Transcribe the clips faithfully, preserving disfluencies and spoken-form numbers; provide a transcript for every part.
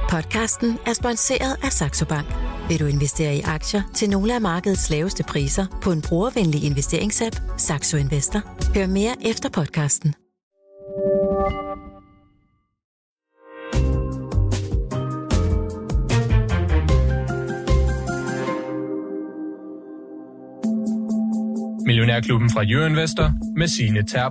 Podcasten er sponsoreret af Saxo Bank. Vil du investere i aktier til nogle af markedets laveste priser på en brugervenlig investeringsapp, Saxo Investor? Hør mere efter podcasten. Millionærklubben fra Jørgen Investor med Signe Terp.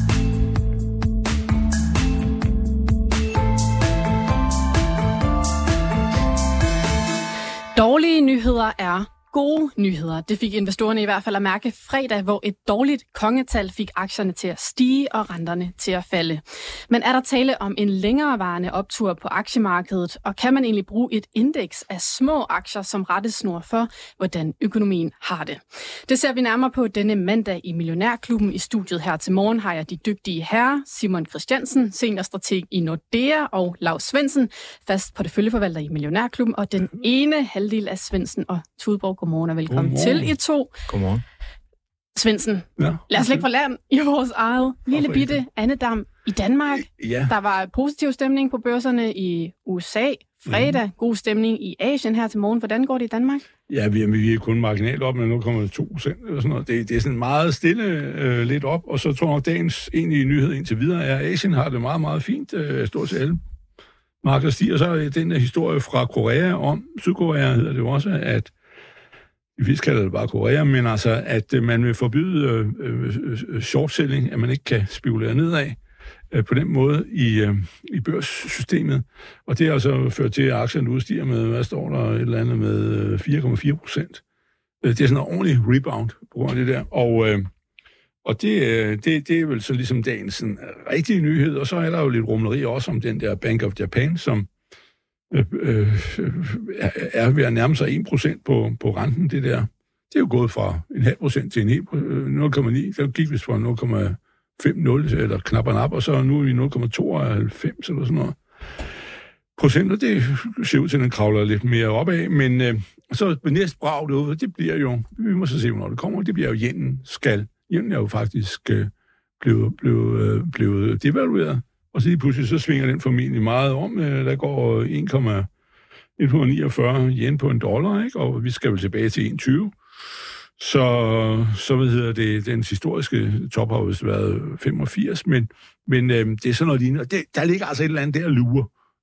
Dårlige nyheder er gode nyheder. Det fik investorerne i hvert fald at mærke fredag, hvor et dårligt kongetal fik aktierne til at stige og renterne til at falde. Men er der tale om en længerevarende optur på aktiemarkedet, og kan man egentlig bruge et indeks af små aktier som rettesnor for, hvordan økonomien har det? Det ser vi nærmere på denne mandag i Millionærklubben. I studiet her til morgen har jeg de dygtige herrer Simon Christiansen, seniorstrateg i Nordea, og Lav Svendsen, fast porteføljeforvalter i Millionærklubben, og den ene halvdel af Svendsen og Tudborg. Godmorgen og velkommen Godmorgen. til I to. Godmorgen. Svendsen, ja, lad os lægge for land i vores eget lille bitte andedam i Danmark. Ja. Der var positiv stemning på børserne i U S A fredag. Mm. God stemning i Asien her til morgen. Hvordan går det i Danmark? Ja, vi er, vi er kun marginalt op med nul komma to procent eller sådan noget. Det, det er sådan meget stille øh, lidt op, og så tror jeg nok dagens egentlige nyhed indtil videre er, at Asien har det meget, meget fint. Øh, stort set alle markeder stiger. Så er den der historie fra Korea om, Sydkorea hedder det jo også, at de fleste kalder det bare Korea, men altså, at man vil forbyde øh, øh, short-selling, at man ikke kan spekulere nedad øh, på den måde i, øh, i børssystemet. Og det har så ført til, at aktierne udstiger med, hvad står der, et eller andet med fire komma fire procent. Det er sådan en ordentlig rebound på grund af det der. Og, øh, og det, det, det er vel så ligesom dagens sådan, rigtige nyhed. Og så er der jo lidt rumleri også om den der Bank of Japan, som Øh, øh, er ved at nærme sig en procent på, på renten, det der. Det er jo gået fra en halv procent til en nul komma ni. Der gik vi fra nul komma femoghalvfems eller knap og nap, og så nu er vi nul komma tooghalvfems eller sådan noget. Procenter, det ser ud til, at den kravler lidt mere opad, men øh, så næste brag derude, det bliver jo, vi må så se, hvornår det kommer, det bliver jo jenen skal. Jenen er jo faktisk øh, blevet, blevet, øh, blevet devalueret. Og så lige pludselig, så svinger den formentlig meget om. Der går en komma et hundrede niogfyrre yen på en dollar, ikke? Og vi skal vel tilbage til en komma tyve. Så, så hvad hedder det, den historiske top har vist været femogfirs, men, men øh, det er sådan noget lignende. Det, der ligger altså et eller andet der lurer.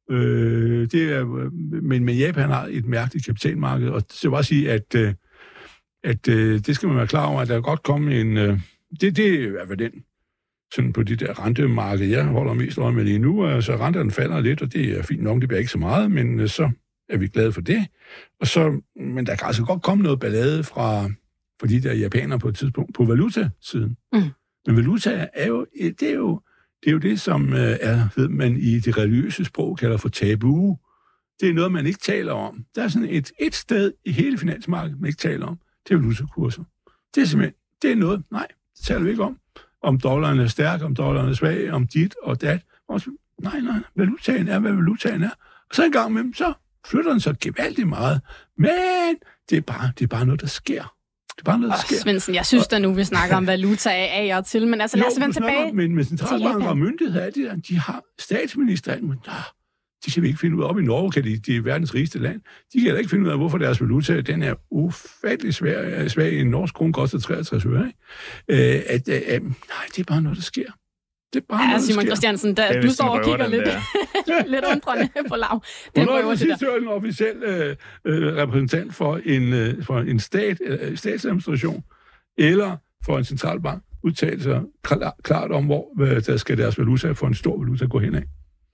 Øh, det er, men, men Japan har et mærkeligt kapitalmarked, og det vil bare sige, at, øh, at øh, det skal man være klar over, at der godt komme en... Øh, det, det er i hvert fald den. Sådan på det der rentemarked, jeg holder mest øje med lige nu, altså renterne falder lidt, og det er fint nok, det bliver ikke så meget, men så er vi glade for det. Og så, men der kan altså godt komme noget ballade fra, fra de der japanere på et tidspunkt på valutasiden. Mm. Men valuta er jo det, er jo, det, er jo det som er, ved man i det religiøse sprog kalder for tabu. Det er noget, man ikke taler om. Der er sådan et, et sted i hele finansmarkedet, man ikke taler om. Det er valutakurser. Det er simpelthen, det er noget, nej, det taler vi ikke om. Om dollaren er stærk, om dollaren er svag, om dit og dat. Nej, nej, valutaen er, hvad valutaen er. Og så en gang med dem, så flytter den så gevaldigt meget. Men det er bare, det er bare noget, der sker. Det er bare noget, der sker. Svendsen, jeg synes da nu, vi snakker om valuta af og til, men altså lad os vende tilbage. Men med centralbanker og myndigheder, de, der, de har statsminister, men de kan vi ikke finde ud af. Op i Norge kan de, de er verdens rigeste land. De kan da ikke finde ud af, hvorfor deres valuta, den er ufattelig svær, svag. En norsk krone koster treogtres øre, ikke? Øh, at, at, at, nej, det er bare noget, der sker. Det er bare ja, noget, Simon sker. Christiansen, der, du står og kigger lidt, lidt undrende på Lav. Hvornår er det sidst hørt en officiel øh, øh, repræsentant for en, øh, for en stat, øh, statsadministration eller for en centralbank udtale sig klart om, hvor øh, der skal deres valuta for en stor valuta gå hen af?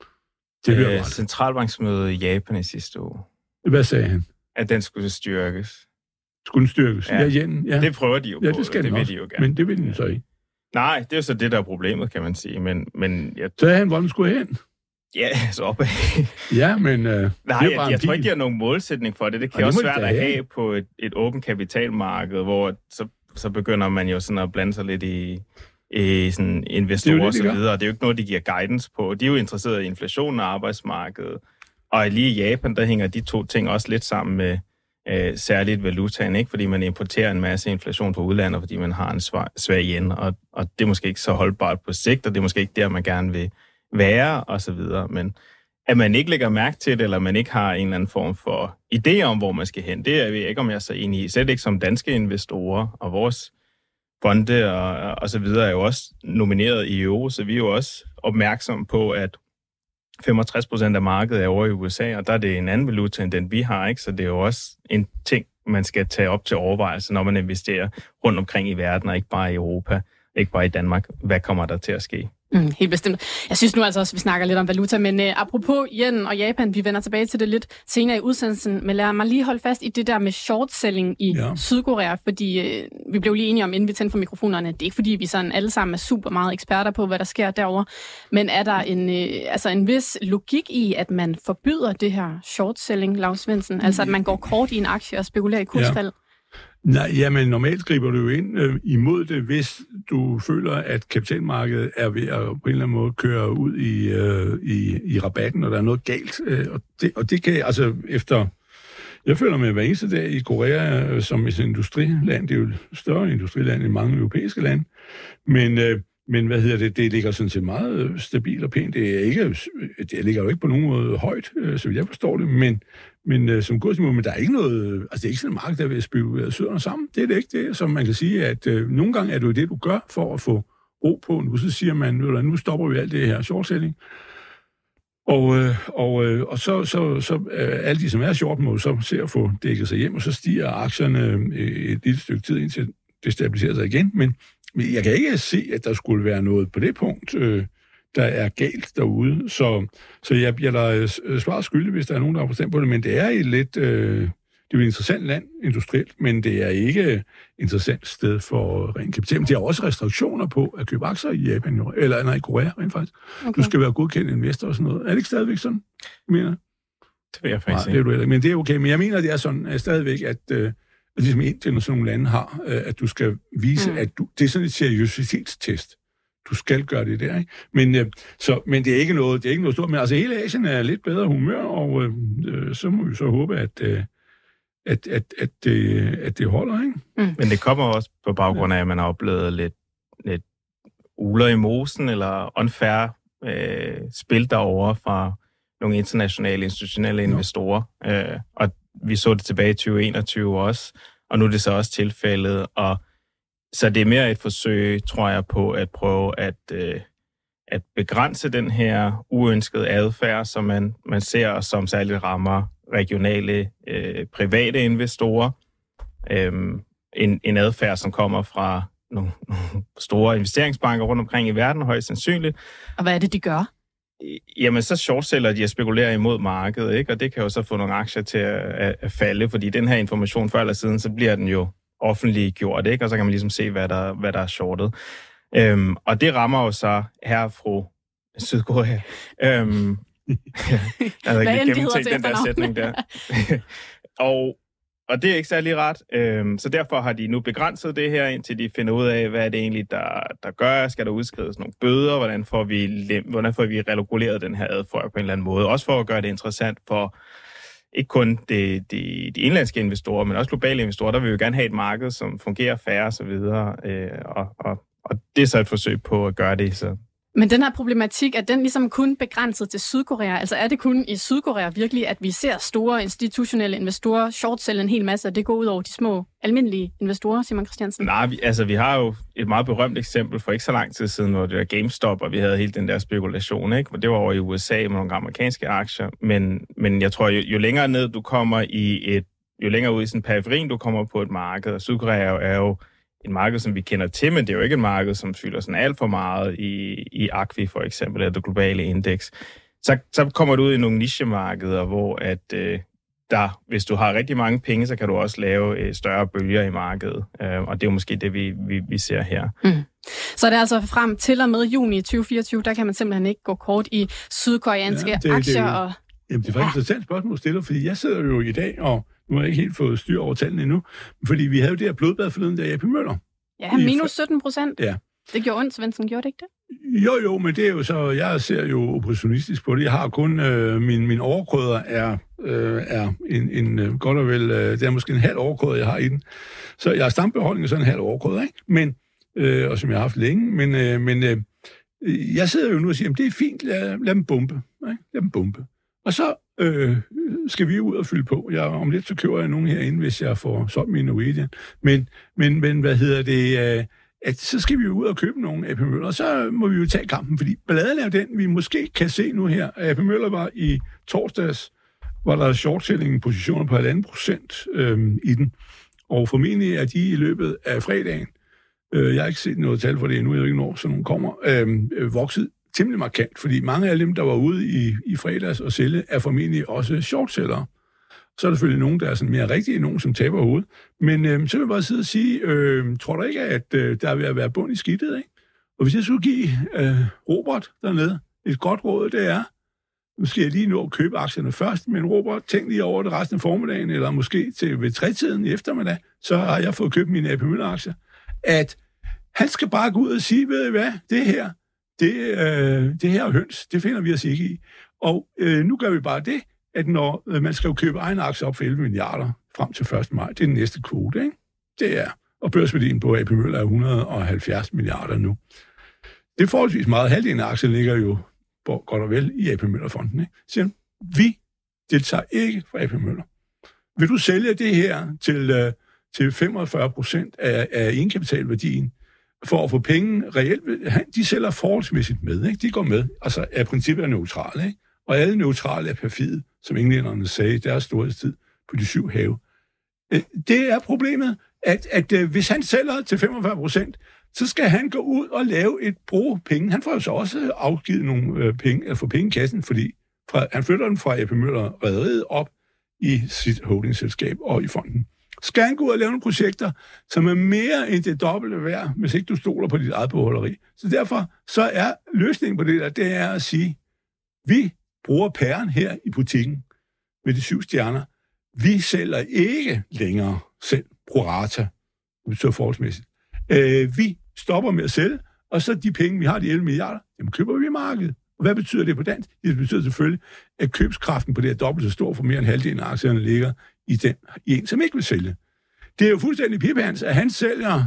Det øh, centralbanksmøde i Japan i sidste uge. Hvad sagde han? At den skulle styrkes. Skulle den styrkes? Ja, ja, yen, ja. Det prøver de jo ja, på. Det skal det vil også. de jo gerne. Men det vil den så ikke. Nej, det er jo så det, der er problemet, kan man sige. Men, men jeg... Så er han, hvor den skulle hen? Ja, så opad. ja, men... Øh, Nej, jeg, jeg tror ikke, de har nogen målsætning for det. Det kan og også være at have på et, et åbent kapitalmarked, hvor så, så begynder man jo sådan at blande sig lidt i... i sådan investorer og så videre. Det er jo ikke noget, de giver guidance på. De er jo interesserede i inflationen og arbejdsmarkedet. Og lige i Japan, der hænger de to ting også lidt sammen med øh, særligt valutaen, ikke? Fordi man importerer en masse inflation fra udlandet, fordi man har en svag, svag yen, og, og det er måske ikke så holdbart på sigt, og det er måske ikke der, man gerne vil være, og så videre. Men at man ikke lægger mærke til det, eller man ikke har en eller anden form for idé om, hvor man skal hen. Det er jeg ikke, om jeg er så enig i. Selv ikke som danske investorer, og vores fonde og, og så videre er jo også nomineret i euro, så vi er jo også opmærksomme på, at femogtres procent af markedet er over i U S A, og der er det en anden valuta, end den vi har, ikke? Så det er jo også en ting, man skal tage op til overvejelse, når man investerer rundt omkring i verden, og ikke bare i Europa, ikke bare i Danmark. Hvad kommer der til at ske? Mm, helt bestemt. Jeg synes nu altså også, vi snakker lidt om valuta, men uh, apropos yen og Japan, vi vender tilbage til det lidt senere i udsendelsen, men lad mig lige holde fast i det der med short-selling i ja. Sydkorea, fordi uh, vi blev lige enige om, inden vi tændte for mikrofonerne, det er ikke fordi, vi sådan alle sammen er super meget eksperter på, hvad der sker derovre, men er der en, uh, altså en vis logik i, at man forbyder det her short-selling, Lars Svendsen, altså at man går kort i en aktie og spekulerer i kursfald? Ja. Nej, jamen normalt griber du jo ind øh, imod det, hvis du føler, at kapitalmarkedet er ved at på en eller anden måde køre ud i, øh, i, i rabatten, og der er noget galt. Øh, og, det, og det kan altså efter... Jeg føler mig hver eneste dag i Korea øh, som et industriland. Det er jo et større industriland end mange europæiske lande. Men, øh, men hvad hedder det? Det ligger sådan set meget stabilt og pænt. Det, er ikke, det ligger jo ikke på nogen måde højt, øh, så jeg forstår det, men Men øh, som kursniveau, men der er ikke noget, altså det er ikke sådan en marked, der vil spekulere søderne sammen. Det er det ikke det, som man kan sige, at øh, nogle gange er det jo det, du gør for at få ro på. Nu så siger man, nu, nu stopper vi alt det her short-selling. Og, øh, og, øh, og så, så, så øh, alle de, som er short, må så se at få dækket sig hjem, og så stiger aktierne øh, et lille stykke tid, indtil det stabiliserer sig igen. Men jeg kan ikke se, at der skulle være noget på det punkt, øh, der er galt derude. Så, så jeg bliver der svaret skyldig, hvis der er nogen, der har forstand på det, men det er et lidt... Øh, det er jo et interessant land industrielt, men det er ikke et interessant sted for ren kapital. Men det er også restriktioner på at købe aktier i Japan, eller nej, i Korea rent faktisk. Okay. Du skal være godkendt investor og sådan noget. Er det ikke stadigvæk sådan, mener? Det vil jeg faktisk nej, det er du heller ikke, men det er okay. Men jeg mener, det er sådan at stadigvæk, at, øh, at ligesom Indien og sådan nogle lande har, øh, at du skal vise, mm. at du... Det er sådan et seriøsitetstest. Du skal gøre det der, ikke? Men, øh, så, men det er ikke noget, det er ikke noget stort. Men altså hele Asien er lidt bedre humør, og øh, så må vi så håbe, at, øh, at, at, at, det, at det holder, ikke? Mm. Men det kommer også på baggrund af, at man har oplevet lidt, lidt uler i mosen, eller unfair øh, spil derovre fra nogle internationale, institutionelle investorer. No. Øh, og vi så det tilbage i tyve enogtyve også, og nu er det så også tilfældet, og så det er mere et forsøg, tror jeg, på at prøve at, øh, at begrænse den her uønskede adfærd, som man, man ser, og som særligt rammer regionale øh, private investorer. Øhm, en, en adfærd, som kommer fra nogle, nogle store investeringsbanker rundt omkring i verden, højst sandsynligt. Og hvad er det, de gør? Jamen, så shortseller de at spekulere imod markedet, ikke? Og det kan jo så få nogle aktier til at, at, at falde, fordi den her information før eller siden, så bliver den jo offentliggjort, ikke? Og så kan man ligesom se, hvad der, hvad der er shortet. Øhm, og det rammer jo så her fra Sydkorea. Øhm, jeg havde ikke lige gennemtænkt den der sætning der. og, og det er ikke særlig ret. Øhm, så derfor har de nu begrænset det her, indtil de finder ud af, hvad er det egentlig, der, der gør. Skal der udskrives nogle bøder? Hvordan får vi, hvordan får vi reguleret den her adfærd på en eller anden måde? Også for at gøre det interessant for ikke kun de, de, de indlandske investorer, men også globale investorer. Der vil vi jo gerne have et marked, som fungerer fair og så videre. Øh, og, og, og det er så et forsøg på at gøre det. Så. Men den her problematik, er den ligesom kun begrænset til Sydkorea? Altså er det kun i Sydkorea virkelig, at vi ser store institutionelle investorer shortsælge en hel masse, og det går ud over de små, almindelige investorer, Simon Christiansen? Nej, vi, altså vi har jo et meget berømt eksempel for ikke så lang tid siden, hvor det var GameStop, og vi havde hele den der spekulation, ikke? Det var over i U S A med nogle amerikanske aktier, men, men jeg tror, jo, jo længere ned du kommer i et, jo længere ud i sådan periferien du kommer på et marked, og Sydkorea er jo et marked, som vi kender til, men det er jo ikke et marked, som fylder sådan alt for meget i, i A C V I for eksempel, eller det globale indeks. Så, så kommer du ud i nogle nichemarkeder, hvor at, øh, der, hvis du har rigtig mange penge, så kan du også lave øh, større bølger i markedet. Øh, og det er jo måske det, vi, vi, vi ser her. Mm. Så det er altså frem til og med juni tyve fireogtyve, der kan man simpelthen ikke gå kort i sydkoreanske ja, det, aktier. Det, og... Jamen, det er faktisk et interessant spørgsmål at stille, fordi jeg sidder jo i dag, og nu har jeg ikke helt fået styr over tallene endnu, fordi vi havde jo det her blodbad forleden der i A P Møller. Ja, minus sytten procent. Ja. Det gjorde ondt, Svendsen, gjorde det ikke det? Jo, jo, men det er jo så, jeg ser jo opportunistisk på det. Jeg har kun, øh, min, min overkrøder er, øh, er en, en øh, godt og vel, øh, det er måske en halv overkrøder, jeg har i den. Så jeg har stambeholdning og så en halv overkrøder, ikke? Men, øh, og som jeg har haft længe, men, øh, men øh, jeg sidder jo nu og siger, det er fint, lad, lad dem bombe, ikke? Lad dem bombe. Og så øh, skal vi ud og fylde på. Jeg, om lidt så køber jeg nogen herinde, hvis jeg får solgt min Norwegian. Men, men, men hvad hedder det... Øh, at så skal vi jo ud og købe nogle A P Møller, og så må vi jo tage kampen, fordi balladen er den, vi måske kan se nu her. A P Møller var i torsdags, var der short-selling positioner på halvanden procent øh, i den, og formentlig er de i løbet af fredagen, øh, jeg har ikke set noget tal for det endnu, jeg ved ikke, når sådan nogle kommer, øh, vokset temmelig markant, fordi mange af dem, der var ude i, i fredags og sælge, er formentlig også short-sellere. Så er der selvfølgelig nogen, der er sådan mere rigtige, nogen, som taber hovedet. Men øh, så vil jeg bare sidde og sige, øh, tror du ikke, at øh, der vil være bund i skidtet, ikke? Og hvis jeg skulle give øh, Robert dernede et godt råd, det er, nu skal jeg lige nå at købe aktierne først, men Robert, tænk lige over det resten af formiddagen, eller måske til ved tretiden i eftermiddag, så har jeg fået købt mine A P Møller-aktier, at han skal bare gå ud og sige, ved I hvad, det her, det, øh, det her høns, det finder vi os ikke i. Og øh, nu gør vi bare det, at når man skal jo købe egen aktier op for elleve milliarder frem til første maj, det er den næste kvote, ikke? Det er, og børsværdien på A P Møller er et hundrede og halvfjerds milliarder nu. Det er forholdsvis meget. Halvdelen af aktier ligger jo på, godt og vel i A P Møller-fonden, ikke? Så vi deltager ikke fra A P Møller. Vil du sælge det her til, uh, til femogfyrre procent af, af egenkapitalværdien for at få penge reelt? De sælger forholdsmæssigt med, ikke? De går med. Altså, af princippet er neutrale, ikke? Og alle neutrale er perfide, som englænderne sagde i deres storhedstid på de syv have. Det er problemet, at, at, at hvis han sælger til femogfyrre procent, så skal han gå ud og lave et bruge penge. Han får jo så også afgivet nogle øh, penge, eller få penge i kassen, fordi fra, han flytter den fra A P Møller rederiet op i sit holdingselskab og i fonden. Skal han gå ud og lave nogle projekter, som er mere end det dobbelte værd, hvis ikke du stoler på dit eget beholderi. Så derfor så er løsningen på det der, det er at sige, vi bruger pæren her i butikken med de syv stjerner. Vi sælger ikke længere selv pro rata, det betyder forholdsmæssigt. Øh, vi stopper med at sælge, og så de penge, vi har, de elleve milliarder, dem køber vi i markedet. Og hvad betyder det på dansk? Det betyder selvfølgelig, at købskraften på det her dobbelt så stor, for mere end halvdelen af aktierne ligger i, den, i en, som ikke vil sælge. Det er jo fuldstændig pipehans, at han sælger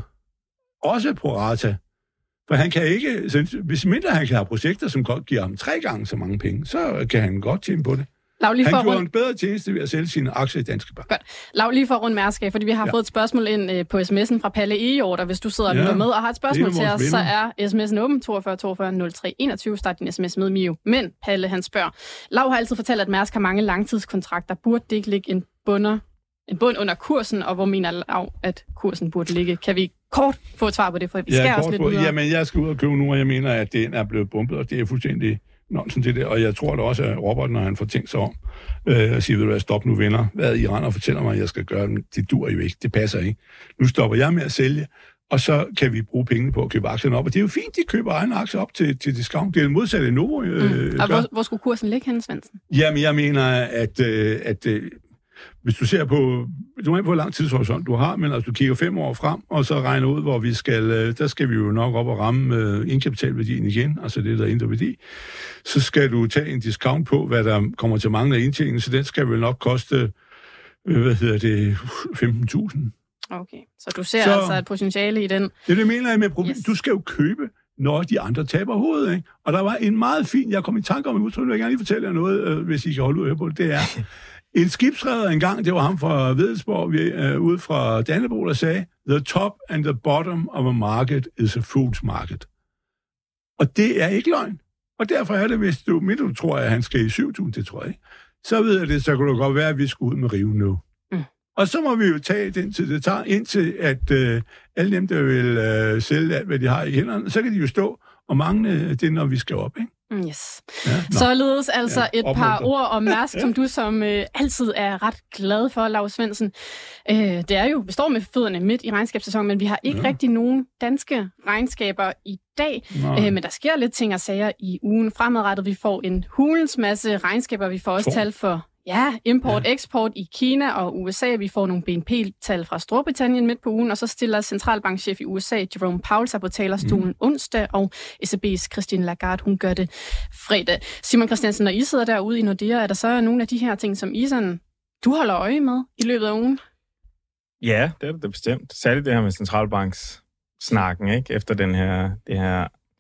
også pro rata. For han kan ikke, hvis mindre han kan have projekter, som godt giver ham tre gange så mange penge, så kan han godt tjene på det. Lav, lige han for gjorde rund... en bedre tjeneste ved at sælge sine aktier i Danske Bank. Godt. Lav, lige for rundt Mærsk af, fordi vi har ja. fået et spørgsmål ind øh, på sms'en fra Palle Egeorter. Hvis du sidder og lytter ja, med og har et spørgsmål til os, så er sms'en åben toogfyrre toogfyrre nul tre enogtyve. Start din sms med Mio. Men Palle, han spørger. Lav har altid fortalt, at Mærsk har mange langtidskontrakter. Burde det ikke ligge en bunder en bund under kursen, og hvor mener Lav, at kursen burde ligge? Kan vi kort få et svar på det, for vi skal ja, også lidt videre? Jamen, jeg skal ud og købe nu, og jeg mener, at den er blevet bumpet, og det er fuldstændig nonsen det der, og jeg tror da også, at Robert, når han får tænkt sig om, øh, og siger, vil du hvad, stop nu, venner, hvad Iran og fortæller mig, at jeg skal gøre, det dur jo ikke, det passer ikke. Nu stopper jeg med at sælge, og så kan vi bruge pengene på at købe aktierne op, og det er jo fint, de køber egne aktier op til, til discount, det er det modsatte Novo. Øh, mm. Og hvor, hvor skulle kursen ligge hen, Svendsen? Jamen, jeg mener, at, øh, at øh, hvis du ser på, du er på hvor lang tidshorisont du har, men altså du kigger fem år frem, og så regner ud, hvor vi skal, der skal vi jo nok op og ramme øh, indkapitalværdien igen, altså det der indre værdi. Så skal du tage en discount på, hvad der kommer til mange af indtjeningen, så den skal vel nok koste, øh, hvad hedder det, femten tusind. Okay, så du ser så, altså et potentiale i den. Det det mener jeg med problem. Yes. Du skal jo købe, når de andre taber hovedet, ikke? Og der var en meget fin, jeg kom i tanke om, jeg vil gerne lige fortælle jer noget, øh, hvis I kan holde ud af på det, det er... En skibsreder engang, det var ham fra Vedelsborg, øh, ude fra Dannebrog, der sagde, the top and the bottom of a market is a fool's market. Og det er ikke løgn. Og derfor er det, hvis du, mindre du tror, at han skal i syv tusind, det tror jeg ikke, så ved jeg det, så kunne det godt være, at vi skulle ud med rive nu. Mm. Og så må vi jo tage den tid, det tager, indtil at øh, alle dem, der vil øh, sælge alt, hvad de har i hænderne, så kan de jo stå og mangle det, når vi skal op, ikke? Yes. Ja, således altså ja, et par ord om Mærsk, som du som øh, altid er ret glad for, Lav Svendsen. Øh, det er jo, vi står med fødderne midt i regnskabssæsonen, men vi har ikke ja. rigtig nogen danske regnskaber i dag. Øh, men der sker lidt ting og sager i ugen fremadrettet. Vi får en hulens masse regnskaber. Vi får også For. tal for ja, import, ja. eksport i Kina og U S A. Vi får nogle B N P-tal fra Storbritannien midt på ugen, og så stiller centralbankchef i U S A, Jerome Powell, sig på talerstolen mm. onsdag, og E C B's Christine Lagarde, hun gør det fredag. Simon Christiansen, når I sidder derude i Nordea, er der så nogle af de her ting, som I sådan, du holder øje med i løbet af ugen? Ja, det er det bestemt. Særligt det her med centralbanks snakken, ikke? Efter den her, det her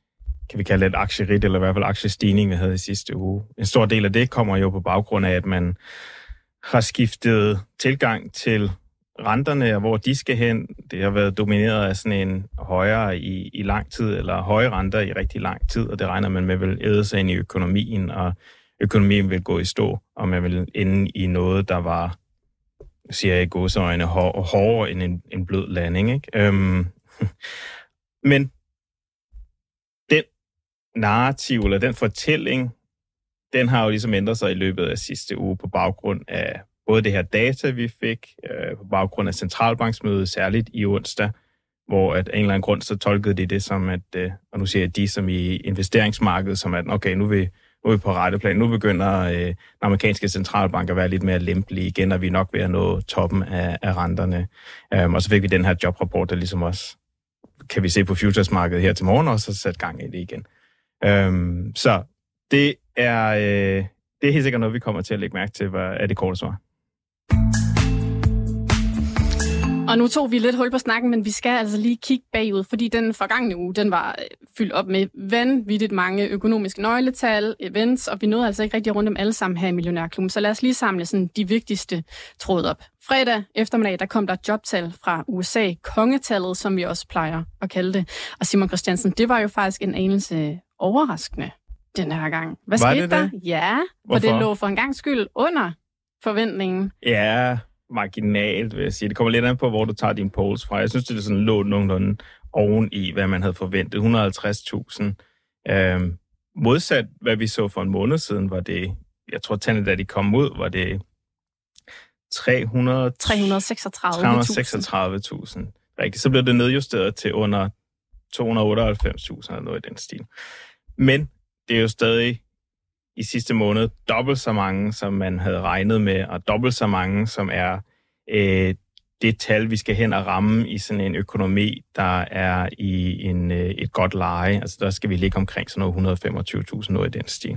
kan vi kalde det et aktierit, eller i hvert fald aktiestigning, vi havde i sidste uge. En stor del af det kommer jo på baggrund af, at man har skiftet tilgang til renterne, og hvor de skal hen. Det har været domineret af sådan en højere i, i lang tid, eller høje renter i rigtig lang tid, og det regner man med vil æde sig ind i økonomien, og økonomien vil gå i stå, og man vil ende i noget, der var, siger jeg i gåseøjne, hår, hårdere end en, en blød landing. Ikke? Øhm, men den narrativ, eller den fortælling, den har jo ligesom ændret sig i løbet af sidste uge på baggrund af både det her data, vi fik, øh, på baggrund af centralbanksmødet, særligt i onsdag, hvor at en eller anden grund, så tolkede de det som, at, øh, og nu siger jeg de som i investeringsmarkedet, som at, okay, nu er vi, nu er vi på rette plan, nu begynder øh, den amerikanske centralbank at være lidt mere lempelige igen, og vi er nok ved at nå toppen af, af renterne. Um, og så fik vi den her jobrapport, der ligesom også, kan vi se på futuresmarkedet her til morgen, og så sat gang i det igen. Um, så det er, øh, det er helt sikkert noget, vi kommer til at lægge mærke til, hvad er det korte svar. Og nu tog vi lidt hul på snakken, men vi skal altså lige kigge bagud, fordi den forgangne uge, den var fyldt op med vanvittigt mange økonomiske nøgletal, events, og vi nåede altså ikke rigtig rundt om alle sammen her i Millionærklubben. Så lad os lige samle sådan de vigtigste tråd op. Fredag eftermiddag, der kom der jobtal fra U S A, kongetallet, som vi også plejer at kalde det. Og Simon Christiansen, det var jo faktisk en anelse overraskende den her gang. Hvad var skete det der? det? Ja, Hvorfor? for det lå for en gang skyld under forventningen. Ja, marginalt, vil jeg sige. Det kommer lidt an på, hvor du tager dine polls fra. Jeg synes, det er sådan lå nogenlunde oven i, hvad man havde forventet. et hundrede og halvtreds tusind. Øhm, modsat, hvad vi så for en måned siden, var det, jeg tror, tallene, da de kom ud, var det tre hundrede... tre hundrede og seksogtredive tusind. Rigtigt. Så blev det nedjusteret til under to hundrede og otteoghalvfems tusind, eller noget i den stil. Men det er jo stadig i sidste måned dobbelt så mange, som man havde regnet med, og dobbelt så mange, som er øh, det tal, vi skal hen og ramme i sådan en økonomi, der er i en, øh, et godt leje. Altså der skal vi ligge omkring sådan noget et hundrede og femogtyve tusind noget i den stil.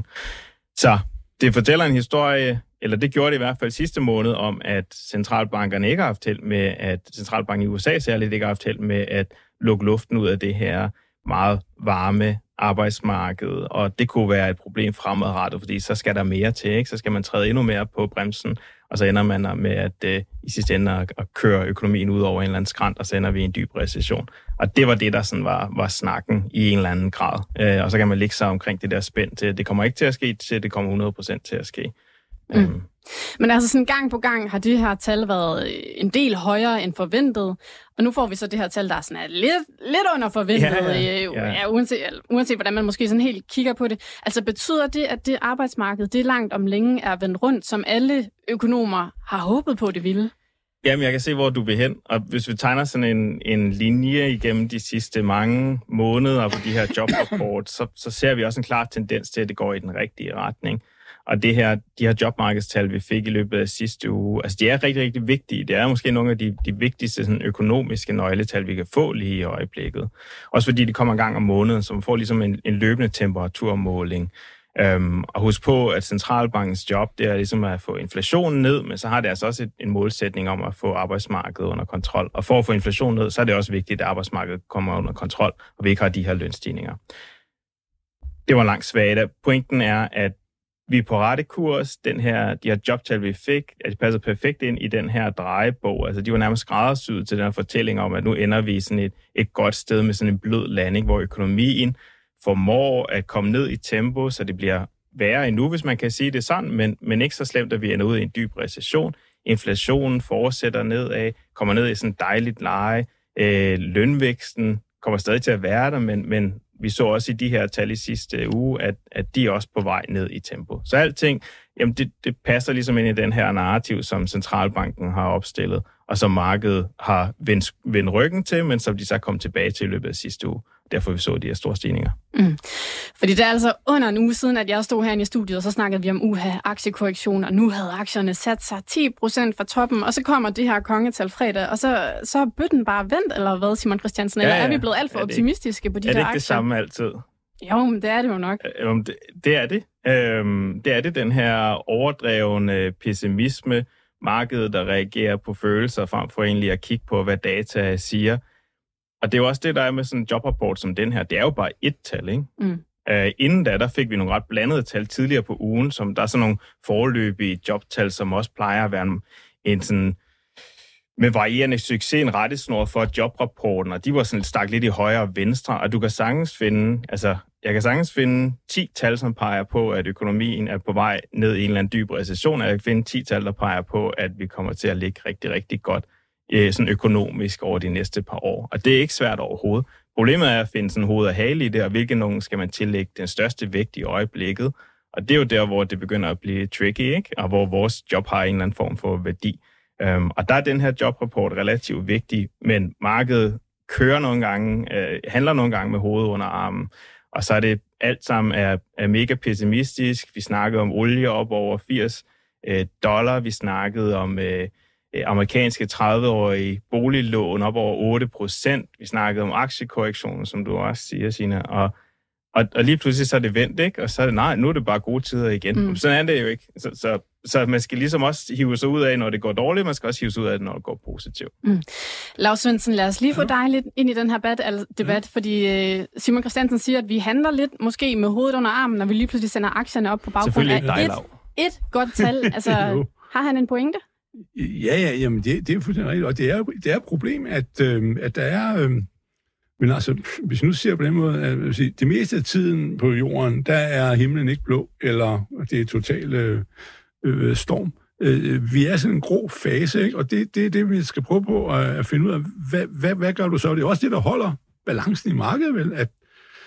Så det fortæller en historie, eller det gjorde det i hvert fald sidste måned, om at centralbankerne ikke har haft held med, at centralbanken i U S A særligt ikke har haft held med at lukke luften ud af det her meget varme arbejdsmarked, og det kunne være et problem fremadrettet, fordi så skal der mere til, ikke? Så skal man træde endnu mere på bremsen, og så ender man med at øh, i sidste ende at, at køre økonomien ud over en eller anden skrant, og så ender vi i en dyb recession. Og det var det, der sådan var, var snakken i en eller anden grad. Øh, og så kan man ligge sig omkring det der spænd til, det kommer ikke til at ske, til det kommer hundrede procent til at ske. Mm. Um. Men altså sådan gang på gang har det her tal været en del højere end forventet, og nu får vi så det her tal, der er sådan er lidt, lidt under forventet, ja, ja, ja. Ja, uanset, uanset hvordan man måske sådan helt kigger på det. Altså betyder det, at det arbejdsmarked, det langt om længe er vendt rundt, som alle økonomer har håbet på, det ville? Jamen, jeg kan se, hvor du vil hen, og hvis vi tegner sådan en, en linje igennem de sidste mange måneder på de her jobrapport, så, så ser vi også en klar tendens til, at det går i den rigtige retning. Og det her, de her jobmarkedstal, vi fik i løbet af sidste uge, altså de er rigtig, rigtig vigtige. Det er måske nogle af de, de vigtigste sådan, økonomiske nøgletal, vi kan få lige i øjeblikket. Også fordi de kommer en gang om måneden, så man får ligesom en, en løbende temperaturmåling. Øhm, og husk på, at centralbankens job, det er ligesom at få inflationen ned, men så har det altså også et, en målsætning om at få arbejdsmarkedet under kontrol. Og for at få inflationen ned, så er det også vigtigt, at arbejdsmarkedet kommer under kontrol, og vi ikke har de her lønstigninger. Det var langt svagt. Pointen er, at vi er på rette kurs. Den her, de her jobtal, vi fik, at de passer perfekt ind i den her drejebog. Altså, de var nærmest skræddersyet til den her fortælling om, at nu ender vi i sådan et, et godt sted med sådan en blød landing, hvor økonomien formår at komme ned i tempo, så det bliver værre endnu, hvis man kan sige det sådan, men, men ikke så slemt, at vi ender ud i en dyb recession. Inflationen fortsætter nedad, kommer ned i sådan et dejligt leje. Øh, lønvæksten kommer stadig til at være der, men, men vi så også i de her tal i sidste uge, at, at de er også på vej ned i tempo. Så alting, jamen det, det passer ligesom ind i den her narrativ, som centralbanken har opstillet, og som markedet har vendt, vendt ryggen til, men som de så kom tilbage til i løbet af sidste uge. Derfor vi så de her store stigninger. Mm. Fordi det er altså under en uge siden, at jeg stod herinde i studiet, og så snakkede vi om uha, aktiekorrektion, og nu havde aktierne sat sig ti procent fra toppen, og så kommer det her kongetal fredag, og så, så er bøtten bare vendt, eller hvad, Simon Christiansen? Eller ja, ja. Er vi blevet alt for optimistiske på de der aktier? Er det ikke det samme altid? Jo, men det er det jo nok. Øhm, det, det er det. Øhm, det er det, den her overdrevne pessimisme, markedet, der reagerer på følelser, frem for egentlig at kigge på, hvad data siger. Og det er jo også det, der er med sådan en jobrapport som den her. Det er jo bare et tal, ikke? Mm. Uh, inden da, der fik vi nogle ret blandede tal tidligere på ugen, som der er sådan nogle foreløbige jobtal, som også plejer at være en, en sådan med varierende succes, en rettesnor for jobrapporten, og de var sådan stak lidt i højre og venstre, og du kan sagtens finde, altså, jeg kan sagtens finde ti tal, som peger på, at økonomien er på vej ned i en eller anden dyb recession, og jeg kan finde ti tal, der peger på, at vi kommer til at ligge rigtig, rigtig godt øh, sådan økonomisk over de næste par år. Og det er ikke svært overhovedet. Problemet er at finde sådan hoved og hale i det, og hvilke nogen skal man tillægge den største vægt i øjeblikket. Og det er jo der, hvor det begynder at blive tricky, ikke? Og hvor vores job har en eller anden form for værdi. Um, og der er den her jobrapport relativt vigtig, men markedet kører nogle gange, øh, handler nogle gange med hovedet under armen, og så er det alt sammen er, er mega pessimistisk. Vi snakkede om olie op over firs øh, dollar, vi snakkede om øh, amerikanske tredive-årige boliglån op over otte procent, vi snakkede om aktiekorrektionen, som du også siger, Signe, og Og, og lige pludselig så er det vendt, ikke? Og så er det, nej, nu er det bare gode tider igen. Mm. Sådan er det jo ikke. Så, så, så man skal ligesom også hive sig ud af, når det går dårligt, man skal også hive sig ud af det, når det går positivt. Mm. Lars Svendsen, lad os lige få dig lidt ind i den her debat, altså debat ja. fordi øh, Simon Christiansen siger, at vi handler lidt måske med hovedet under armen, når vi lige pludselig sender aktierne op på baggrund af et, et godt tal. Altså, har han en pointe? Ja, ja, jamen det, det er fuldstændig rigtigt, og det er det er et problem, at, øh, at der er... Øh, Men altså, hvis nu ser på den måde, at sige, det meste af tiden på jorden, der er himlen ikke blå, eller det er total øh, øh, storm. Øh, vi er sådan en grå fase, ikke? Og det er det, det, vi skal prøve på at, at finde ud af, hvad, hvad, hvad gør du så? Det er også det, der holder balancen i markedet, vel? At,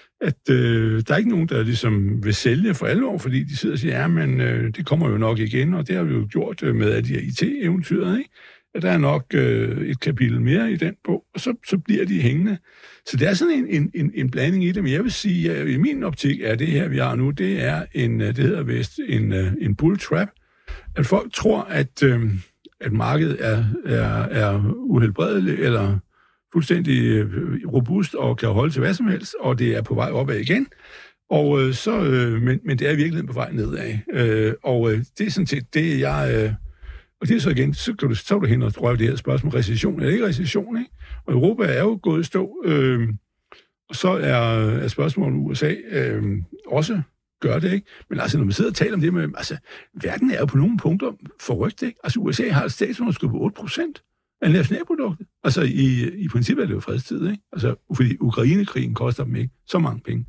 at øh, der er ikke nogen, der ligesom vil sælge for alvor, fordi de sidder og siger, ja, men øh, det kommer jo nok igen, og det har vi jo gjort med af de her I T-eventyret, ikke? At der er nok øh, et kapitel mere i den bog, og så, så bliver de hængende. Så det er sådan en, en, en, en blanding i det, men jeg vil sige, at i min optik er det her, vi har nu, det er en, det hedder vist en, en bull trap, at folk tror, at, øh, at markedet er, er, er uhelbredeligt, eller fuldstændig robust, og kan holde til hvad som helst, og det er på vej opad igen, og øh, så, øh, men, men det er i virkeligheden på vej nedad. Øh, og øh, det er sådan set det, jeg... Øh, Og det er så igen, så kan du, så er du hen og drøje det her spørgsmål, recession eller ikke recession, ikke? Og Europa er jo gået i stå, øh, og så er, er spørgsmålet U S A øh, også gør det, ikke? Men altså, når man sidder og taler om det med, altså, verden er jo på nogle punkter forrygt, ikke? Altså, U S A har et statsunderskud på otte procent af nationalproduktet. Altså, i, i princippet er det jo fredstid, ikke? Altså, fordi Ukrainekrigen koster dem ikke så mange penge.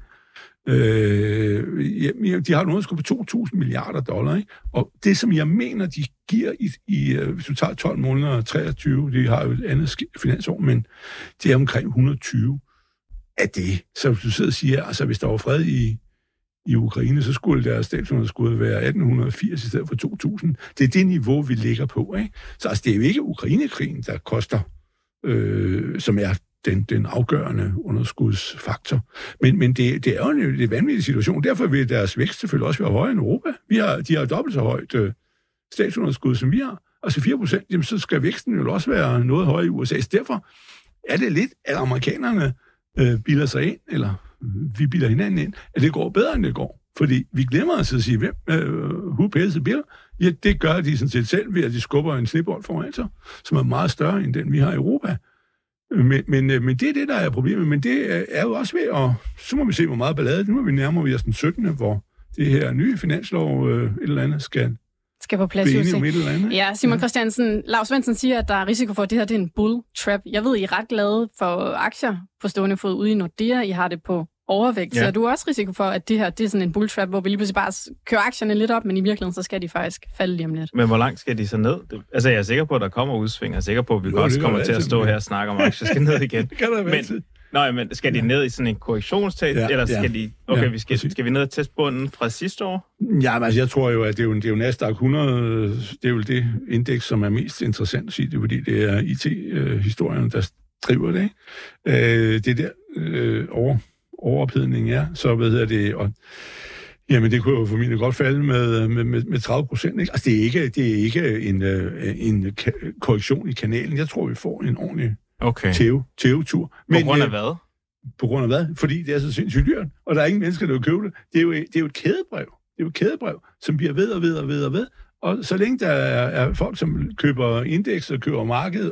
Øh, ja, de har et underskud på to tusind milliarder dollar, ikke? Og det, som jeg mener, de giver i, i hvis du tager tolv måneder og treogtyve, de har jo et andet finansår, men det er omkring et hundrede og tyve af det. Så hvis du sidder og siger, altså hvis der var fred i, i Ukraine, så skulle deres statsunderskud være atten firs i stedet for to tusind. Det er det niveau, vi ligger på, ikke? Så altså, det er jo ikke Ukrainekrigen, der koster, øh, som er Den, den afgørende underskudsfaktor. Men, men det, det er jo en, en vanvittig situation. Derfor vil deres vækst selvfølgelig også være højere end Europa. Vi har, de har dobbelt så højt øh, statsunderskud, som vi har. Altså fire procent, jamen så skal væksten jo også være noget højere i U S A. Så derfor er det lidt, at amerikanerne øh, bilder sig ind, eller vi bilder hinanden ind, at det går bedre, end det går. Fordi vi glemmer altså at sige, hvem, øh, who pays the bill? Ja, det gør de sådan set selv ved, at de skubber en snebold foran sig, som er meget større end den, vi har i Europa. Men, men, men det er det, der er problemet. Men det er jo også ved at... Så må vi se, hvor meget ballade. Nu er vi nærmere ved den syttende, hvor det her nye finanslov øh, et eller andet skal... Skal på plads, blive om et eller andet. Ja, Simon ja. Christiansen, Lars Svendsen siger, at der er risiko for, at det her det er en bull trap. Jeg ved, I er ret glade for aktier på stående fod ude i Nordea. I har det på overvægt. Ja. Så er du også risiko for, at det her det er sådan en bull trap, hvor vi lige pludselig bare kører aktierne lidt op, men i virkeligheden så skal de faktisk falde lige om lidt. Men hvor langt skal de så ned? Altså jeg er sikker på, at der kommer udsving. Jeg er sikker på, at vi jo, også kommer til at stå her og snakke om, at aktier skal ned igen. Det kan der være men, nej, men skal de ned i sådan en korrektionstab, ja, eller skal ja, de... Okay, ja, vi skal, skal vi ned og teste bunden fra sidste år? Ja, men altså jeg tror jo, at det er jo, det er jo Nasdaq hundrede, det er jo det indeks, som er mest interessant at sige, det er, fordi det er I T-historierne, der driver det, ikke? Det er der øh, over... overophedning er, så hvad hedder det, og jamen det kunne jo formentlig godt falde med, med, med, med tredive procent, ikke? Altså det er ikke, det er ikke en, en korrektion i kanalen. Jeg tror, vi får en ordentlig okay. tævetur. På grund af hvad? På grund af hvad? Fordi det er så sindssygt dyrt, og der er ingen mennesker, der vil købe det. Det er jo, det er jo et kædebrev. Det er jo et kædebrev, som bliver ved og ved og ved og ved. Og så længe der er, er folk, som køber indeks og køber markedet, og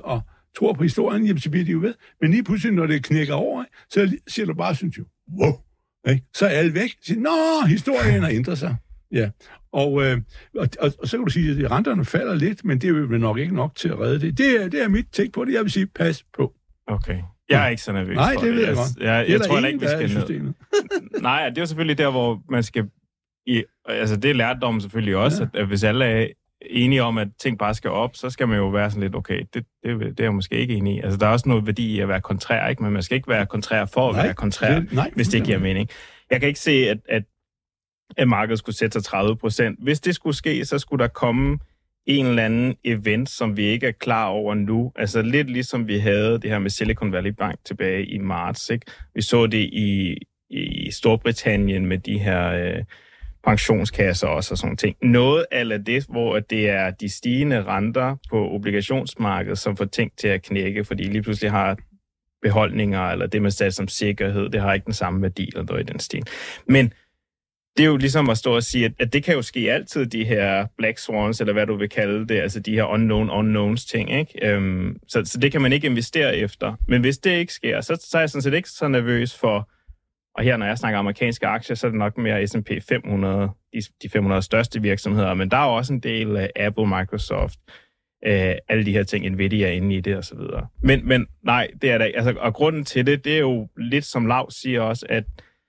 tror på historien, jamen, så bliver de jo ved. Men lige pludselig, når det knækker over, så siger du bare, synes jo, wow, ikke? Så er alle væk. Så siger, nå, historien har ændret sig. Ja, og, øh, og, og, og så kan du sige, at renterne falder lidt, men det er jo nok ikke nok til at redde det. Det er, det er mit take på det. Jeg vil sige, pas på. Okay. Jeg er ikke så nervøs Nej, for det. Nej, det ved jeg godt. Jeg, jeg, jeg tror ikke, vi skal ned. Nej, det er jo selvfølgelig der, hvor man skal... I, altså, det er lærdommen selvfølgelig også, ja. at, at hvis alle er enige om, at ting bare skal op, så skal man jo være sådan lidt, okay, det, det, det er jeg måske ikke enig i. Altså, der er også noget værdi i at være kontrær, ikke? Men man skal ikke være kontrær for at nej, være kontrær, det, nej, hvis det giver mening. Jeg kan ikke se, at, at, at markedet skulle sætte sig tredive procent. Hvis det skulle ske, så skulle der komme en eller anden event, som vi ikke er klar over nu. Altså lidt ligesom vi havde det her med Silicon Valley Bank tilbage i marts, ikke? Vi så det i, i Storbritannien med de her øh, pensionskasser også og sådan ting. Noget af det, hvor det er de stigende renter på obligationsmarkedet, som får ting til at knække, fordi lige pludselig har beholdninger, eller det man sat som sikkerhed, det har ikke den samme værdi, eller noget i den stil. Men det er jo ligesom at stå og sige, at, at det kan jo ske altid, de her black swans, eller hvad du vil kalde det, altså de her unknown unknowns ting, ikke? Øhm, så, så det kan man ikke investere efter. Men hvis det ikke sker, så, så er jeg sådan set ikke så nervøs for, og her når jeg snakker amerikanske aktier, så er det nok mere S and P fem hundrede, de, de fem hundrede største virksomheder, men der er jo også en del af Apple, Microsoft, øh, alle de her ting, Nvidia inde i det og så videre. Men, men nej, det er der ikke. Altså, og grunden til det, det er jo lidt som Lav siger også, at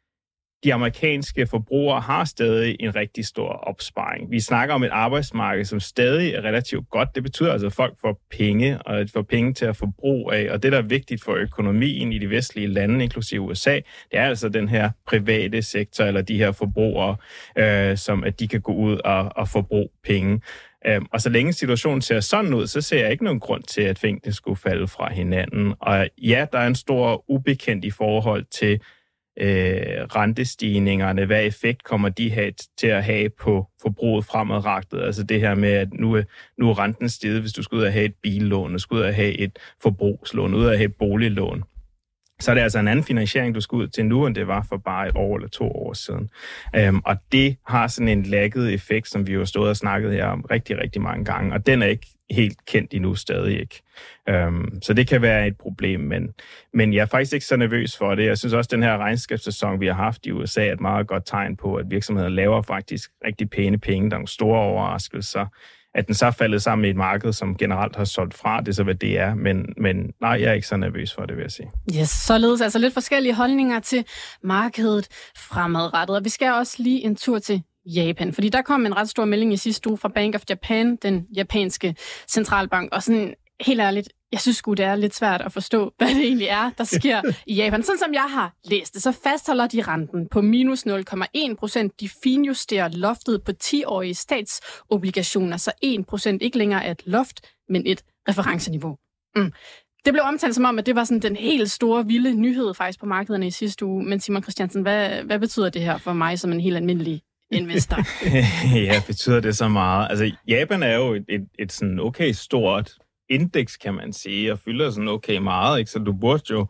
de amerikanske forbrugere har stadig en rigtig stor opsparing. Vi snakker om et arbejdsmarked, som stadig er relativt godt. Det betyder altså, at folk får penge, og får penge til at forbruge af. Og det, der er vigtigt for økonomien i de vestlige lande, inklusive U S A, det er altså den her private sektor, eller de her forbrugere, øh, som at de kan gå ud og, og forbruge penge. Øh, og så længe situationen ser sådan ud, så ser jeg ikke nogen grund til, at tingene skulle falde fra hinanden. Og ja, der er en stor ubekendt i forhold til Øh, rentestigningerne, hvad effekt kommer de have, til at have på forbruget fremadrettet? Altså det her med, at nu er, nu er renten steget, hvis du skal ud og have et billån, du skal ud og have et forbrugslån, ud og have et boliglån. Så er det altså en anden finansiering, du skal ud til nu, end det var for bare et år eller to år siden. Øhm, og det har sådan en lagget effekt, som vi jo har stået og snakket her om rigtig, rigtig mange gange, og den er ikke helt kendt endnu, stadig ikke. Øhm, så det kan være et problem, men, men jeg er faktisk ikke så nervøs for det. Jeg synes også, at den her regnskabssæson, vi har haft i U S A, er et meget godt tegn på, at virksomheder laver faktisk rigtig pæne penge. Der er nogle store overraskelser. At den så er faldet sammen med et marked, som generelt har solgt fra, det er så, hvad det er. Men, men nej, jeg er ikke så nervøs for det, vil jeg sige. Yes, således altså lidt forskellige holdninger til markedet fremadrettet. Og vi skal også lige en tur til Japan, fordi der kom en ret stor melding i sidste uge fra Bank of Japan, den japanske centralbank, og sådan helt ærligt, jeg synes sgu, det er lidt svært at forstå, hvad det egentlig er, der sker i Japan. Sådan som jeg har læst det, så fastholder de renten på minus nul komma en procent. De finjusterer loftet på ti-årige statsobligationer, så en procent ikke længere er et loft, men et referenceniveau. Mm. Det blev omtalt som om, at det var sådan den helt store, vilde nyhed faktisk på markederne i sidste uge. Men Simon Christiansen, hvad, hvad betyder det her for mig som en helt almindelig investor? Ja, betyder det så meget? Altså, Japan er jo et, et, et sådan okay stort indeks, kan man sige, og fylder sådan okay meget, ikke? Så du burde jo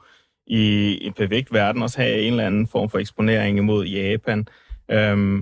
i en perfekt verden også have en eller anden form for eksponering imod Japan. Øhm,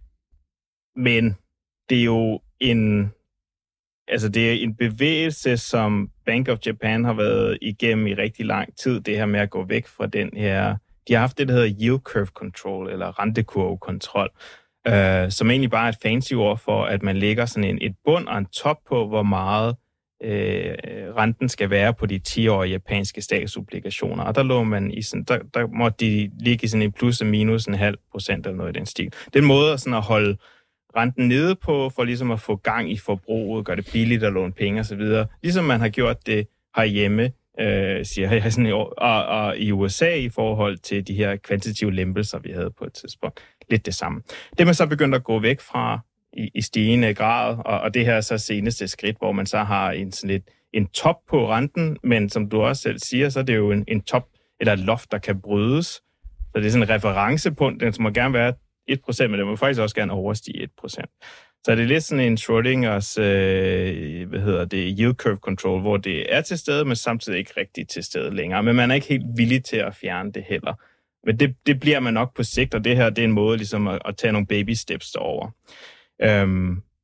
men det er jo en altså det er en bevægelse, som Bank of Japan har været igennem i rigtig lang tid, det her med at gå væk fra den her. De har haft det, der hedder yield curve control, eller rentekurvekontrol, øh, som egentlig bare er et fancy ord for, at man lægger sådan en, et bund og en top på, hvor meget øh, renten skal være på de ti-årige japanske statsobligationer. Og der lå man i sådan, der, der måtte de ligge i sådan en plus og minus en halv procent eller noget i den stil. Det er en måde sådan at holde renten nede på, for ligesom at få gang i forbruget, gøre det billigt at låne penge osv. Ligesom man har gjort det herhjemme, øh, siger jeg sådan i år, og, og i U S A i forhold til de her kvantitative lempelser, vi havde på et tidspunkt. Lidt det samme. Det man så begyndt at gå væk fra i, i stigende grad, og, og det her er så seneste skridt, hvor man så har en sådan lidt en top på renten, men som du også selv siger, så er det jo en, en top eller et loft, der kan brydes. Så det er sådan en referencepunkt, den må gerne være et procent, men det må faktisk også gerne overstige et procent. Så det er lidt sådan en Schrödingers, øh, hvad hedder det, yield curve control, hvor det er til stede, men samtidig ikke rigtig til stede længere. Men man er ikke helt villig til at fjerne det heller. Men det, det bliver man nok på sigt, og det her det er en måde ligesom at, at tage nogle baby steps derover. Øhm,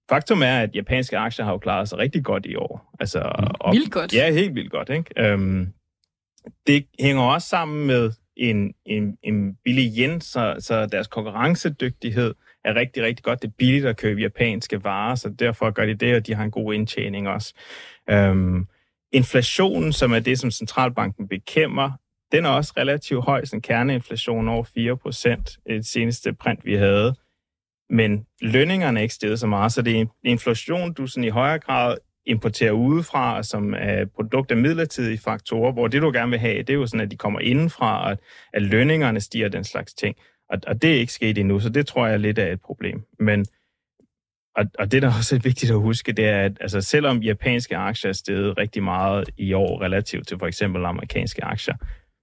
faktum er, at japanske aktier har jo klaret sig rigtig godt i år. Altså, op, vildt godt. Ja, helt vildt godt. Ikke? Øhm, det hænger også sammen med en, en, en billig yen, så, så deres konkurrencedygtighed er rigtig, rigtig godt. Det er billigt at købe japanske varer, så derfor gør de det, og de har en god indtjening også. Øhm, inflationen, som er det, som centralbanken bekæmper, den er også relativt høj, sådan kerneinflation over fire procent, det seneste print, vi havde. Men lønningerne er ikke steget så meget, så det er inflation, du sådan i højere grad importerer udefra, som er produkt af midlertidige faktorer, hvor det, du gerne vil have, det er jo sådan, at de kommer indenfra, og at lønningerne stiger, den slags ting. Og, og det er ikke sket endnu, så det tror jeg lidt er et problem. Men, og, og det, der også er vigtigt at huske, det er, at altså, selvom japanske aktier er steget rigtig meget i år, relativt til for eksempel amerikanske aktier,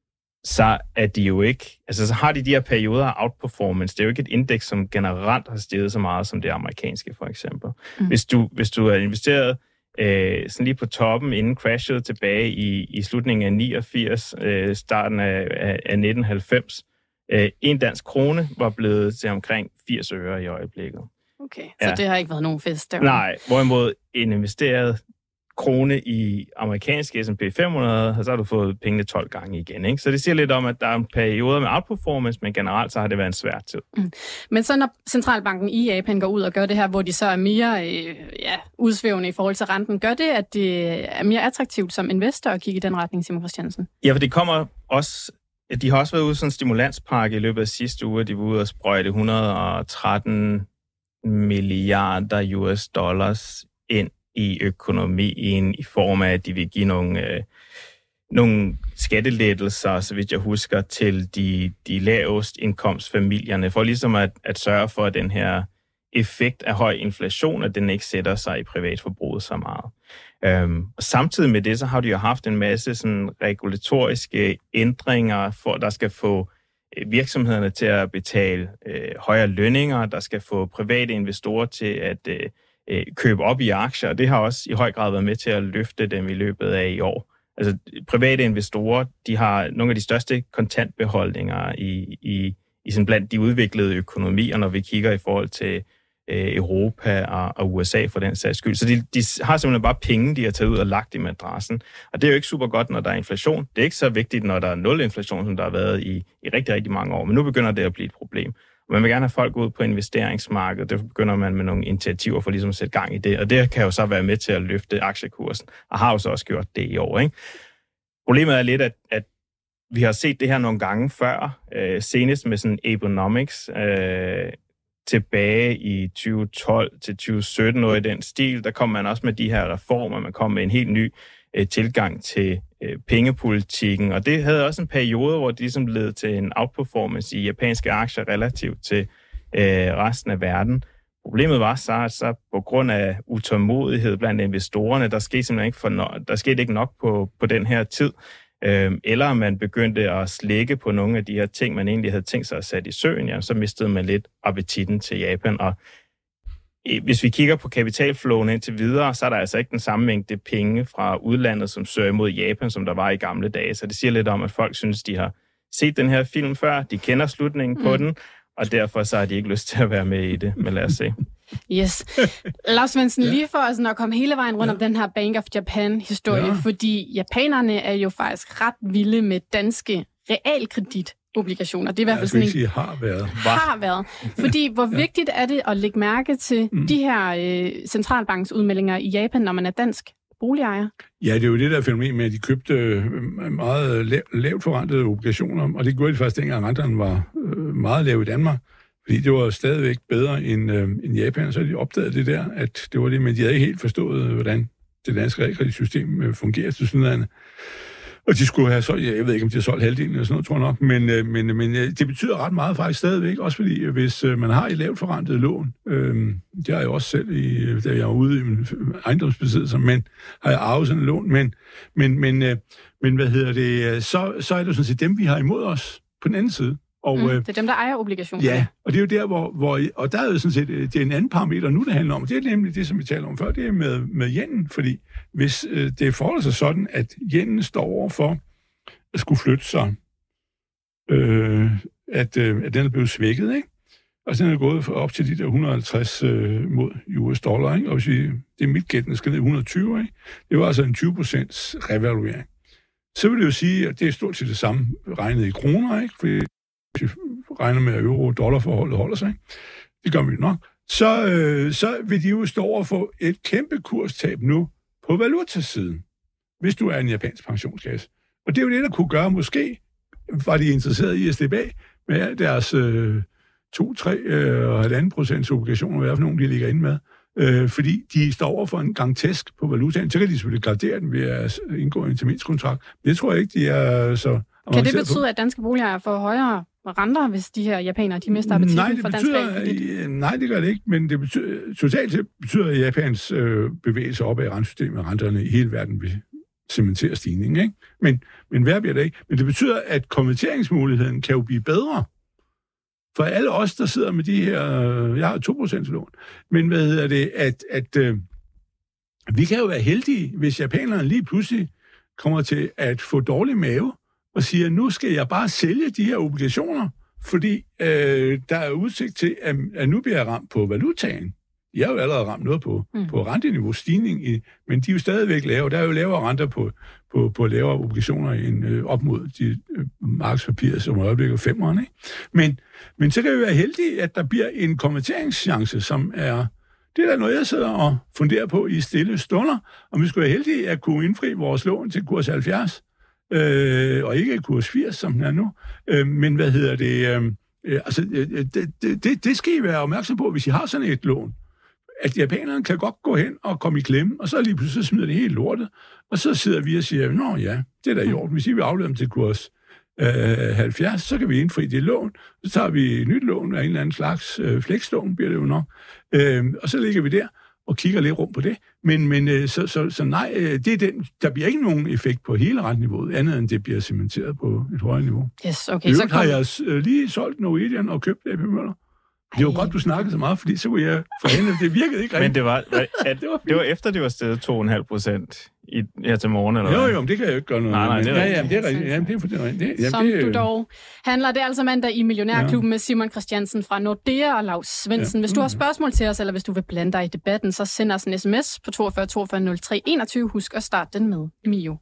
så er de jo ikke, altså så har de de her perioder af outperformance. Det er jo ikke et indeks, som generelt har steget så meget som det amerikanske, for eksempel. Mm. Hvis du, hvis du er investeret øh, sådan lige på toppen, inden crashet tilbage i, i slutningen af niogfirs, øh, starten af, af, af nitten halvfems, øh, en dansk krone var blevet til omkring firs øre i øjeblikket. Okay, så ja. Det har ikke været nogen fest der. Nej, hvorimod en investeret krone i amerikanske S and P fem hundrede, så har du fået pengene tolv gange igen. Ikke? Så det siger lidt om, at der er en periode med outperformance, men generelt så har det været en svær tid. Mm. Men så når centralbanken i Japan går ud og gør det her, hvor de så er mere øh, ja, udsvævende i forhold til renten, gør det, at det er mere attraktivt som investor at kigge i den retning, Simon Christiansen? Ja, for det kommer også. De har også været ude sådan en stimulanspakke i løbet af sidste uge. De var ude og sprøjte et hundrede og tretten milliarder U S dollars ind i økonomien i form af, at de vil give nogle, øh, nogle skattelettelser, så vidt jeg husker, til de, de lavest indkomstfamilierne, for ligesom at, at sørge for, at den her effekt af høj inflation, at den ikke sætter sig i privatforbruget så meget. Øhm, og samtidig med det, så har de jo haft en masse sådan regulatoriske ændringer, for der skal få virksomhederne til at betale øh, højere lønninger, der skal få private investorer til at øh, købe op i aktier, og det har også i høj grad været med til at løfte dem i løbet af i år. Altså private investorer, de har nogle af de største kontantbeholdninger i, i, i sådan blandt de udviklede økonomier, når vi kigger i forhold til øh, Europa og, og U S A for den sags skyld. Så de, de har simpelthen bare penge, de har taget ud og lagt i madrassen. Og det er jo ikke super godt, når der er inflation. Det er ikke så vigtigt, når der er nul inflation, som der har været i, i rigtig, rigtig mange år. Men nu begynder det at blive et problem. Man vil gerne have folk ud på investeringsmarkedet, derfor begynder man med nogle initiativer for ligesom at sætte gang i det, og det kan jo så være med til at løfte aktiekursen, og har jo så også gjort det i år. Ikke? Problemet er lidt, at, at vi har set det her nogle gange før, øh, senest med sådan Abenomics, øh, tilbage i tyve tolv til tyve sytten, noget i den stil, der kom man også med de her reformer, man kom med en helt ny øh, tilgang til pengepolitikken, og det havde også en periode, hvor det ligesom led til en outperformance i japanske aktier relativt til øh, resten af verden. Problemet var så, at så på grund af utålmodighed blandt investorerne, der skete simpelthen ikke, for no- der skete ikke nok på, på den her tid, øh, eller man begyndte at slække på nogle af de her ting, man egentlig havde tænkt sig at sætte i søen, ja, så mistede man lidt appetitten til Japan, og hvis vi kigger på kapitalflowen indtil videre, så er der altså ikke den samme mængde penge fra udlandet, som søger imod Japan, som der var i gamle dage. Så det siger lidt om, at folk synes, de har set den her film før, de kender slutningen mm. på den, og derfor så har de ikke lyst til at være med i det. Men lad os se. Yes. Lars Svendsen, lige for altså, at komme hele vejen rundt ja. om den her Bank of Japan-historie, ja. fordi japanerne er jo faktisk ret vilde med danske realkredit. Obligationer. Det er i hvert fald sådan en... sige, har været. Har været. Fordi hvor ja. vigtigt er det at lægge mærke til mm. de her øh, centralbanksudmeldinger i Japan, når man er dansk boligejer? Ja, det er jo det der fænomen med, at de købte meget lav, lavt forrentede obligationer, og det gjorde de faktisk dengang renterne var øh, meget lave i Danmark, fordi det var stadigvæk bedre end, øh, end Japan, så de opdagede det der, at det var det, men de havde ikke helt forstået, hvordan det danske realkreditsystem øh, fungerer til sydlandet. Og de skulle have solgt, jeg ved ikke, om de har solgt halvdelen eller sådan noget, tror jeg nok, men, men, men det betyder ret meget faktisk stadigvæk, også fordi hvis man har et lavt forrentet lån, øh, det har jeg også selv, i, da jeg var ude i min ejendomsbesiddelse, men har jeg arvet sådan et lån, men, men, men, men hvad hedder det, så, så er det sådan set dem, vi har imod os på den anden side. Og, mm, det er dem, der ejer obligationer. Ja, og det er jo der, hvor, hvor og der er jo sådan set, det er en anden parameter nu, det handler om. Det er nemlig det, som vi taler om før, det er med, med yenen, fordi hvis øh, det forholder sig sådan, at yenen står over for at skulle flytte sig, øh, at, øh, at den er blevet svækket, ikke? og så er det gået op til de der et hundrede og halvtreds øh, mod U S dollar, ikke? Og hvis vi, det er mit gæt, den skal ned et hundrede og tyve, ikke? Det var altså en tyve procents revaluering. Så vil det jo sige, at det er stort set det samme regnet i kroner, ikke? Fordi hvis vi regner med, at euro-dollar-forholdet holder sig, det gør vi nok, så, øh, så vil de jo stå over for et kæmpe kurstab nu på valutasiden, hvis du er en japansk pensionskasse. Og det er jo det, der kunne gøre, måske var de interesseret i at slippe af med deres øh, to, tre og halvanden procents obligationer, hvad for nogle de ligger inde med, øh, fordi de står over for en gang tæsk på valutaen. Så kan de selvfølgelig gradere den ved at indgå en terminskontrakt. Det tror jeg ikke, de er så... Kan det betyde, på. at danske boligejere får højere renter, hvis de her japanere de mister appetitten for dansk realkredit? Nej, det gør det ikke, men det betyder, totalt betyder, at Japans øh, bevægelse op af rentesystemet og renterne i hele verden vil cementere stigningen, ikke? Men, men hvad bliver det ikke? Men det betyder, at konverteringsmuligheden kan jo blive bedre. For alle os, der sidder med de her... Jeg har to procent lån. Men hvad hedder det? At, at øh, vi kan jo være heldige, hvis japanerne lige pludselig kommer til at få dårlig mave og siger, nu skal jeg bare sælge de her obligationer, fordi øh, der er udsigt til, at, at nu bliver jeg ramt på valutaen. De har jo allerede ramt noget på, mm. på renteniveau stigning, i, men de er jo stadigvæk lave. Der er jo lavere renter på, på, på lavere obligationer end øh, op mod de øh, markedspapirer, som er øjeblikket femeren. Ikke? Men, men så kan vi være heldige, at der bliver en konverteringschance, som er... Det er da noget, jeg sidder og funderer på i stille stunder, om vi skulle være heldige at kunne indfri vores lån til kurs halvfjerds, øh, og ikke kurs firs, som den er nu. Øh, men hvad hedder det? Øh, altså, det, det, det skal I være opmærksom på, hvis I har sådan et lån. At japanerne kan godt gå hen og komme i klemme, og så lige pludselig smider det helt lortet, og så sidder vi og siger, nå ja, det er da i orden. Hvis I vil aflede dem til kurs øh, halvfjerds, så kan vi indfri det lån, så tager vi et nyt lån af en eller anden slags øh, flekslån, bliver det jo nok, øh, og så ligger vi der og kigger lidt rundt på det. Men, men øh, så, så, så nej, øh, det er den, der bliver ikke nogen effekt på hele renteniveauet, andet end det bliver cementeret på et højere niveau. Yes, okay, I så kom... har jeg øh, lige solgt Norwegian og købt A P Møller. Det var godt, du snakkede så meget, fordi så kunne jeg forhindre, det virkede ikke rigtigt. Men det var, at, det, var det var efter, det var stedet to komma fem procent i, her til morgen, eller jo, hvad? Jo, jo, det kan jeg jo ikke gøre noget. Nej, nej, det er ja, jamen, det er rigtigt. Jamen, det er for det. Jamen, det Som det, du dog handler det altså mandag i Millionærklubben ja. med Simon Christiansen fra Nordea og Lars Svendsen. Ja. Hvis du har spørgsmål til os, eller hvis du vil blande dig i debatten, så send os en sms på toogfyrre toogfyrre nul tre enogtyve. Husk at starte den med Mio.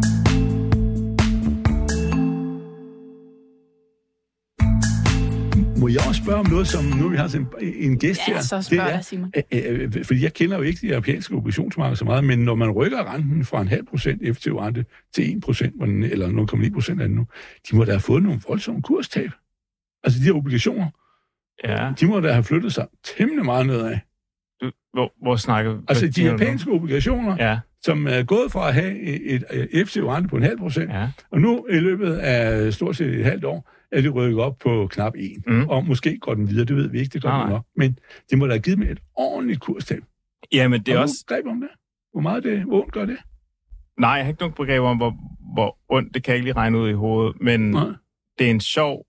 Må jeg også spørge om noget, som nu vi har en, en gæst her? Ja, så spørg dig, Simon. Øh, øh, fordi jeg kender jo ikke de japanske obligationsmarkeder så meget, men når man rykker renten fra en halv procent effektiv rente til en procent, eller nul komma ni procent af den nu, de må da have fået nogle voldsomme kurstab. Altså de her obligationer, ja. de må da have flyttet sig temmelig meget nedad. Du, hvor, hvor snakker vi? Altså de japanske obligationer, ja. som er gået fra at have et, et effektiv rente på en halv procent, ja. og nu i løbet af stort set et halvt år, er det rykket op på knap en. Mm. Og måske går den videre, det ved vi ikke, det gør den nok. Men det må da have givet med et ordentligt kurstab. Jamen, det er har også... Har du greb om det? Hvor meget det ondt gør det? Nej, jeg har ikke nogen begreb om, hvor, hvor ondt det kan jeg ikke lige regne ud i hovedet, men Nej. det er en sjov...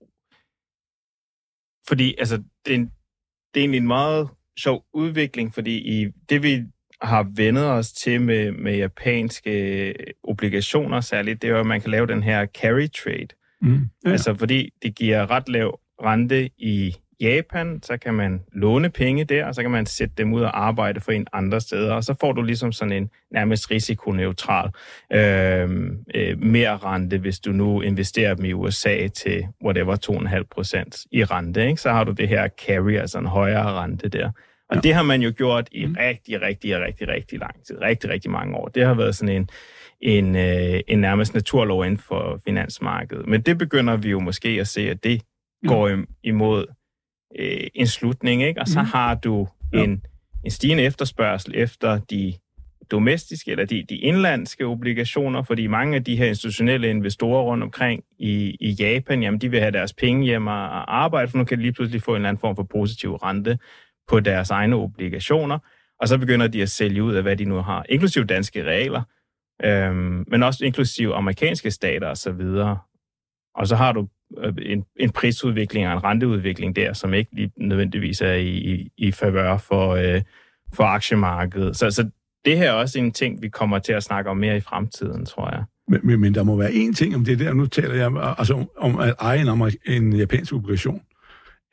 Fordi, altså, det er, en... det er egentlig en meget sjov udvikling, fordi i det, vi har vendet os til med, med japanske obligationer særligt, det er jo, at man kan lave den her carry trade. Mm, ja. Altså fordi det giver ret lav rente i Japan, så kan man låne penge der, og så kan man sætte dem ud og arbejde for en andre steder, og så får du ligesom sådan en nærmest risikoneutral øh, øh, mere rente, hvis du nu investerer dem i U S A til whatever to komma fem procent i rente, ikke? Så har du det her carry, altså en højere rente der. Og ja. det har man jo gjort i mm. rigtig, rigtig, rigtig, rigtig lang tid. Rigtig, rigtig mange år. Det har været sådan en En, øh, en nærmest naturlov inden for finansmarkedet. Men det begynder vi jo måske at se, at det ja. går imod øh, en slutning, ikke? Og så mm. har du ja. en, en stigende efterspørgsel efter de domestiske, eller de, de indlandske obligationer, fordi mange af de her institutionelle investorer rundt omkring i, i Japan, jamen de vil have deres penge hjem og arbejde, for nu kan de lige pludselig få en eller anden form for positiv rente på deres egne obligationer, og så begynder de at sælge ud af, hvad de nu har, inklusive danske regler, Øhm, men også inklusive amerikanske stater og så videre. Og så har du en, en prisudvikling og en renteudvikling der, som ikke lige nødvendigvis er i, i, i favør for, øh, for aktiemarkedet. Så, så det her er også en ting, vi kommer til at snakke om mere i fremtiden, tror jeg. Men, men, men der må være én ting om det der. Nu taler jeg altså om, om at eje en, en japansk obligation. At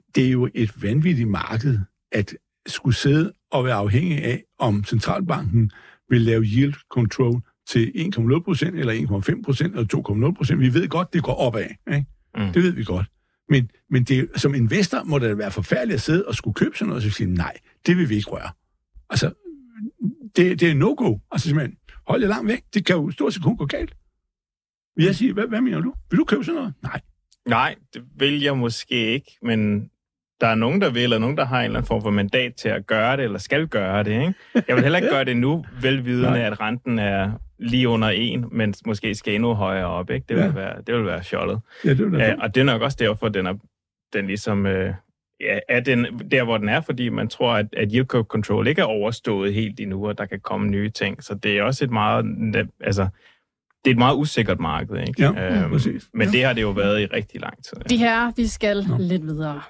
det er jo et vanvittigt marked, at skulle sidde og være afhængig af, om centralbanken vil lave yield control til en komma nul procent eller en komma fem procent eller to komma nul procent. Vi ved godt, det går opad. Ikke? Mm. Det ved vi godt. Men, men det, som investor må det være forfærdeligt at sidde og skulle købe sådan noget, og så sige, nej, det vil vi ikke røre. Altså, det, det er no-go. Altså simpelthen, hold jer langt væk. Det kan jo stort set kun gå galt. Vil jeg sige, hvad, hvad mener du? Vil du købe sådan noget? Nej. Nej, det vil jeg måske ikke, men der er nogen, der vil, eller nogen, der har en eller anden form for mandat til at gøre det, eller skal gøre det, ikke? Jeg vil heller ikke gøre det nu, velvidende, at renten er lige under en, men måske skal endnu højere op, ikke? Det vil, ja. være, det vil være fjollet. Ja, det vil være. Og det er nok også derfor, den er, den ligesom, øh, ja, er den, der, hvor den er, fordi man tror, at, at yield curve control ikke er overstået helt endnu, og der kan komme nye ting. Så det er også et meget, altså, det er et meget usikkert marked, ikke? Ja, øhm, præcis. Men ja. Det har det jo været i rigtig lang tid. Ja. De her, vi skal ja. lidt videre.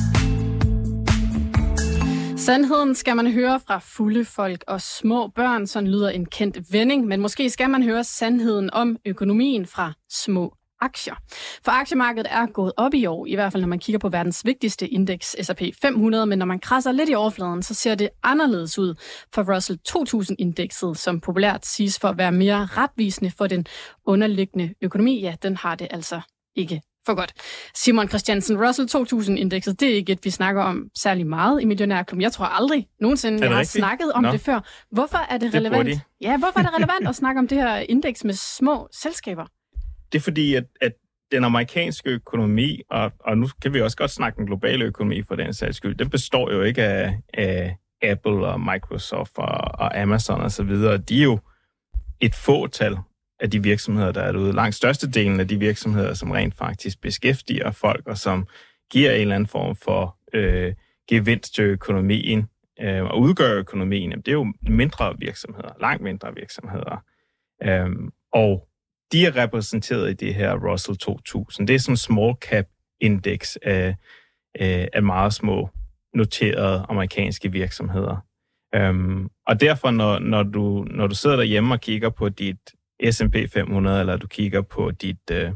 Sandheden skal man høre fra fulde folk og små børn, sådan lyder en kendt vending, men måske skal man høre sandheden om økonomien fra små aktier. For aktiemarkedet er gået op i år, i hvert fald når man kigger på verdens vigtigste indeks, S og P fem hundrede, men når man krasser lidt i overfladen, så ser det anderledes ud for Russell to tusind-indekset, som populært siges for at være mere retvisende for den underliggende økonomi. Ja, den har det altså ikke for godt. Simon Christiansen, Russell to tusind-indekset, det er ikke et, vi snakker om særlig meget i Millionærklubben. Jeg tror aldrig nogensinde, jeg har rigtigt? snakket om Nå. det før. Hvorfor er det, det relevant? Ja, hvorfor er det relevant at snakke om det her indeks med små selskaber? Det er fordi, at, at den amerikanske økonomi, og, og nu kan vi også godt snakke den globale økonomi for den sags skyld, den består jo ikke af, af Apple og Microsoft og, og Amazon og så videre. De er jo et fåtal af de virksomheder, der er derude. Langt størstedelen af de virksomheder, som rent faktisk beskæftiger folk, og som giver en eller anden form for øh, gevinst til økonomien, øh, og udgør økonomien, det er jo mindre virksomheder, langt mindre virksomheder. Øh, og de er repræsenteret i det her Russell to tusind. Det er sådan en small cap index af, af meget små noterede amerikanske virksomheder. Um, og derfor, når, når, du, når du sidder derhjemme og kigger på dit S and P fem hundrede, eller du kigger på dit, uh,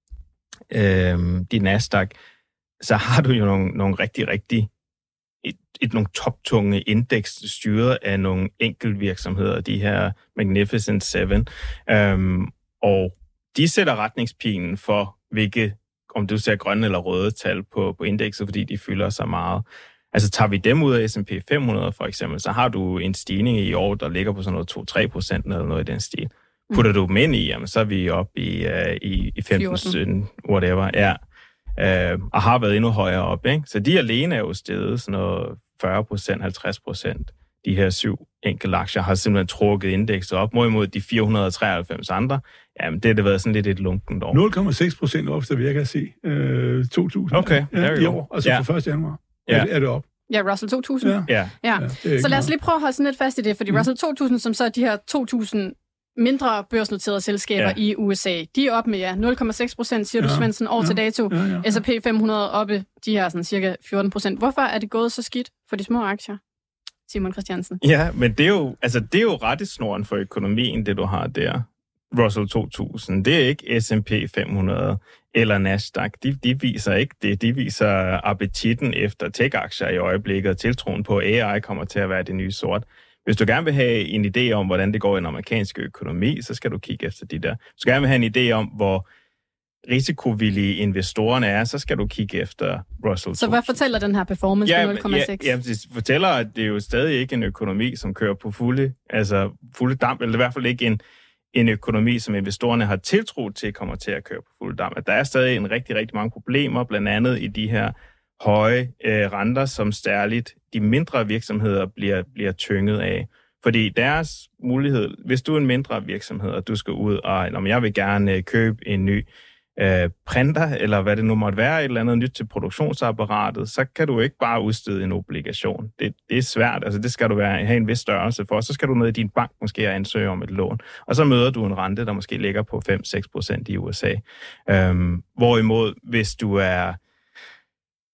uh, dit Nasdaq, så har du jo nogle, nogle rigtig, rigtig et, et, nogle toptunge indeks styret af nogle enkeltvirksomheder, de her Magnificent Seven. Um, Og de sætter retningspilen for, hvilke, om du ser grønne eller røde tal på, på indekset, fordi de fylder så meget. Altså tager vi dem ud af S and P fem hundrede for eksempel, så har du en stigning i år, der ligger på sådan noget to til tre procent eller noget i den stil. Putter du dem ind i, jamen, så er vi oppe i, uh, i, i femten, sytten, whatever, ja. Uh, og har været endnu højere op, ikke? Så de alene er jo steget sådan noget fyrre procent, halvtreds procent. De her syv enkelte aktier har simpelthen trukket indekset op, hvorimod de fire hundrede og treoghalvfems andre, jamen det har det været sådan lidt et lunkent år. nul komma seks procent op, så jeg kan se øh, to tusind okay, ja, i år, altså yeah. for første januar. Ja. Er, det, er det op? Ja, Russell to tusind. Ja. ja. ja. ja så lad os lige prøve at holde sådan lidt fast i det, fordi mm. Russell to tusind, som så er de her to tusind mindre børsnoterede selskaber ja. i U S A, de er oppe med ja, nul komma seks procent, siger ja. du, Svendsen, år ja. til dato. Ja, ja, ja. S og P fem hundrede oppe, de har sådan cirka fjorten procent. Hvorfor er det gået så skidt for de små aktier? Simon Christiansen. Ja, men det er jo, altså, det er jo rettesnoren for økonomien, det du har der. Russell to tusind, det er ikke S and P fem hundrede eller Nasdaq. De, de viser ikke det. De viser appetitten efter tech-aktier i øjeblikket, og tiltroen på A I kommer til at være det nye sort. Hvis du gerne vil have en idé om, hvordan det går i den amerikanske økonomi, så skal du kigge efter de der. Hvis du gerne vil have en idé om, hvor risikovillige investorerne er, så skal du kigge efter Russell. Så hvad fortæller den her performance ja, på nul komma seks? Ja, ja, det fortæller, at det er jo stadig ikke en økonomi, som kører på fulde, altså fulde damp, eller i hvert fald ikke en, en økonomi, som investorerne har tiltro til, kommer til at køre på fulde damp. At der er stadig en rigtig, rigtig mange problemer, blandt andet i de her høje øh, renter, som særligt de mindre virksomheder bliver, bliver tynget af. Fordi deres mulighed, hvis du er en mindre virksomhed, og du skal ud og, om jeg vil gerne købe en ny øh, printer, eller hvad det nu måtte være, et eller andet nyt til produktionsapparatet, så kan du ikke bare udstede en obligation. Det, det er svært, altså det skal du være, have en vis størrelse for. Så skal du ned i din bank måske og ansøge om et lån. Og så møder du en rente, der måske ligger på fem til seks procent i U S A. Øhm, hvorimod, hvis du er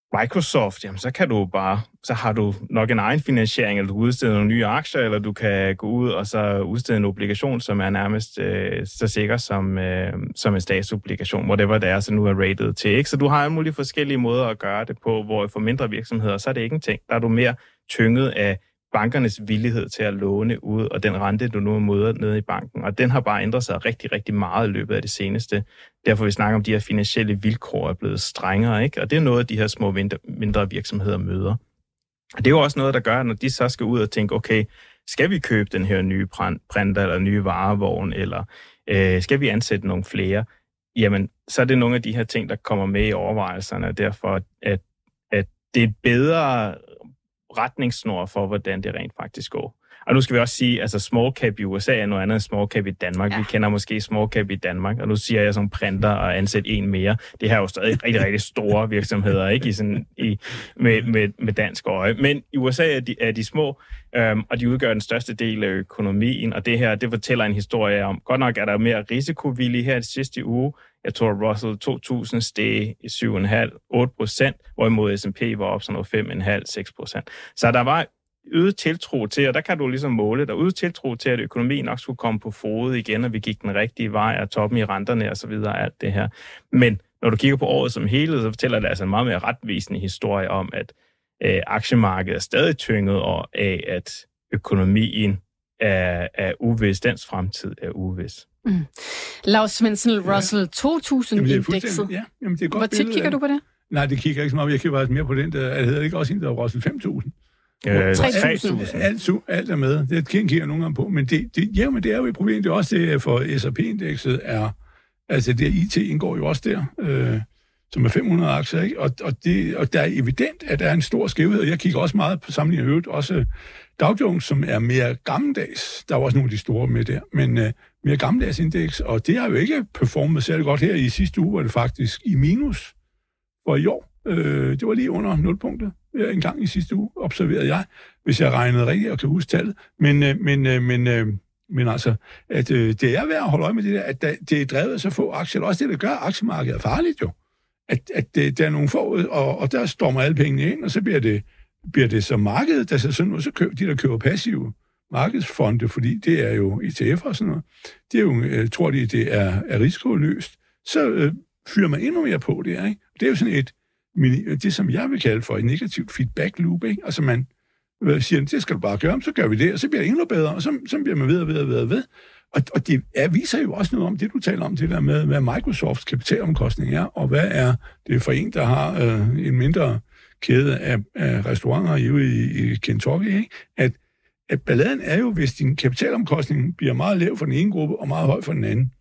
Microsoft, jamen så kan du bare, så har du nok en egen finansiering, eller du kan udstede nogle nye aktier, eller du kan gå ud og så udstede en obligation, som er nærmest øh, så sikker som, øh, som en statsobligation, whatever det er, så nu er rated til. Ikke? Så du har alle mulige forskellige måder at gøre det på, hvor for mindre virksomheder, så er det ikke en ting. Der er du mere tynget af bankernes villighed til at låne ud, og den rente, du nu møder nede i banken. Og den har bare ændret sig rigtig, rigtig meget i løbet af det seneste. Derfor vi snakker om, de her finansielle vilkår er blevet strengere, ikke? Og det er noget, de her små mindre virksomheder møder. Og det er jo også noget, der gør, når de så skal ud og tænke, okay, skal vi købe den her nye printer, eller nye varevogn, eller øh, skal vi ansætte nogle flere? Jamen, så er det nogle af de her ting, der kommer med i overvejelserne, og derfor, at, at det er bedre retningssnor for, hvordan det rent faktisk går. Og nu skal vi også sige, altså small cap i U S A er noget andet end small cap i Danmark. Ja. Vi kender måske small cap i Danmark, og nu siger jeg som printer og ansæt en mere. Det her er jo stadig rigtig, rigtig store virksomheder, ikke? I sådan, i, med, med, med dansk øje. Men i U S A er de, er de små, øhm, og de udgør den største del af økonomien, og det her, det fortæller en historie om, godt nok er der mere risikovillig her det sidste uge. Jeg tror, Russell to tusind steg i syv komma fem til otte procent, hvorimod S and P var op sådan noget fem komma fem til seks procent. Så der var øget tiltro til, og der kan du ligesom måle, der øget tiltro til, at økonomien nok skulle komme på fod igen, og vi gik den rigtige vej, og toppen i renterne og så videre, alt det her. Men når du kigger på året som helhed, så fortæller det altså en meget mere retvisende historie om, at øh, aktiemarkedet er stadig tynget af, at økonomien er, er uvis, dens fremtid er uvis. Mm. Lars Svendsen, Russell to tusind-indekset. Ja, jamen det er godt. Hvor tit kigger du på det? Nej, det kigger ikke så meget. Jeg kigger faktisk mere på den, der hedder ikke også en, der er Russell fem tusind. Øh, tre tusind. Alt, alt er med. Det kigger nogle gange på. Men det, det, ja, men det er jo et problem. Det er også det, for S and P-indekset er, altså det I T indgår jo også der, øh, som er fem hundrede aktier, ikke? Og, og, det, og der er evident, at der er en stor skævhed. Jeg kigger også meget på sammenligning øvrigt, også Dow Jones, som er mere gammeldags. Der er også nogle af de store med der, men øh, mere gammeldags indeks, og det har jo ikke performet særlig godt her. I sidste uge var det faktisk i minus for i år. Øh, det var lige under nulpunktet en gang i sidste uge, observerede jeg, hvis jeg regnede rigtigt og kan huske tallet. Men, øh, men, øh, men, øh, men altså, at øh, det er værd at holde øje med det der, at der, det er drevet så få aktier. Også det, der gør aktiemamarkedet farligt jo. At, at det, der er nogle få, og, og der stormer alle pengene ind, og så bliver det, bliver det så markedet, der så sådan noget, så køber de, der køber passive markedsfonde, fordi det er jo E T F og sådan noget. Det er jo, jeg tror de, det er, er risikoløst. Så øh, fyrer man endnu mere på det, ikke? Det er jo sådan et, det som jeg vil kalde for et negativt feedback loop, ikke? Altså man siger, det skal du bare gøre, så gør vi det, og så bliver det endnu bedre, og så, så bliver man ved og ved og ved og ved. Og, og det er, viser jo også noget om det, du taler om, det der med, hvad Microsofts kapitalomkostning er, og hvad er det for en, der har øh, en mindre kæde af, af restauranter i, i Kentucky, ikke? At, at balladen er jo, hvis din kapitalomkostning bliver meget lav for den ene gruppe, og meget høj for den anden,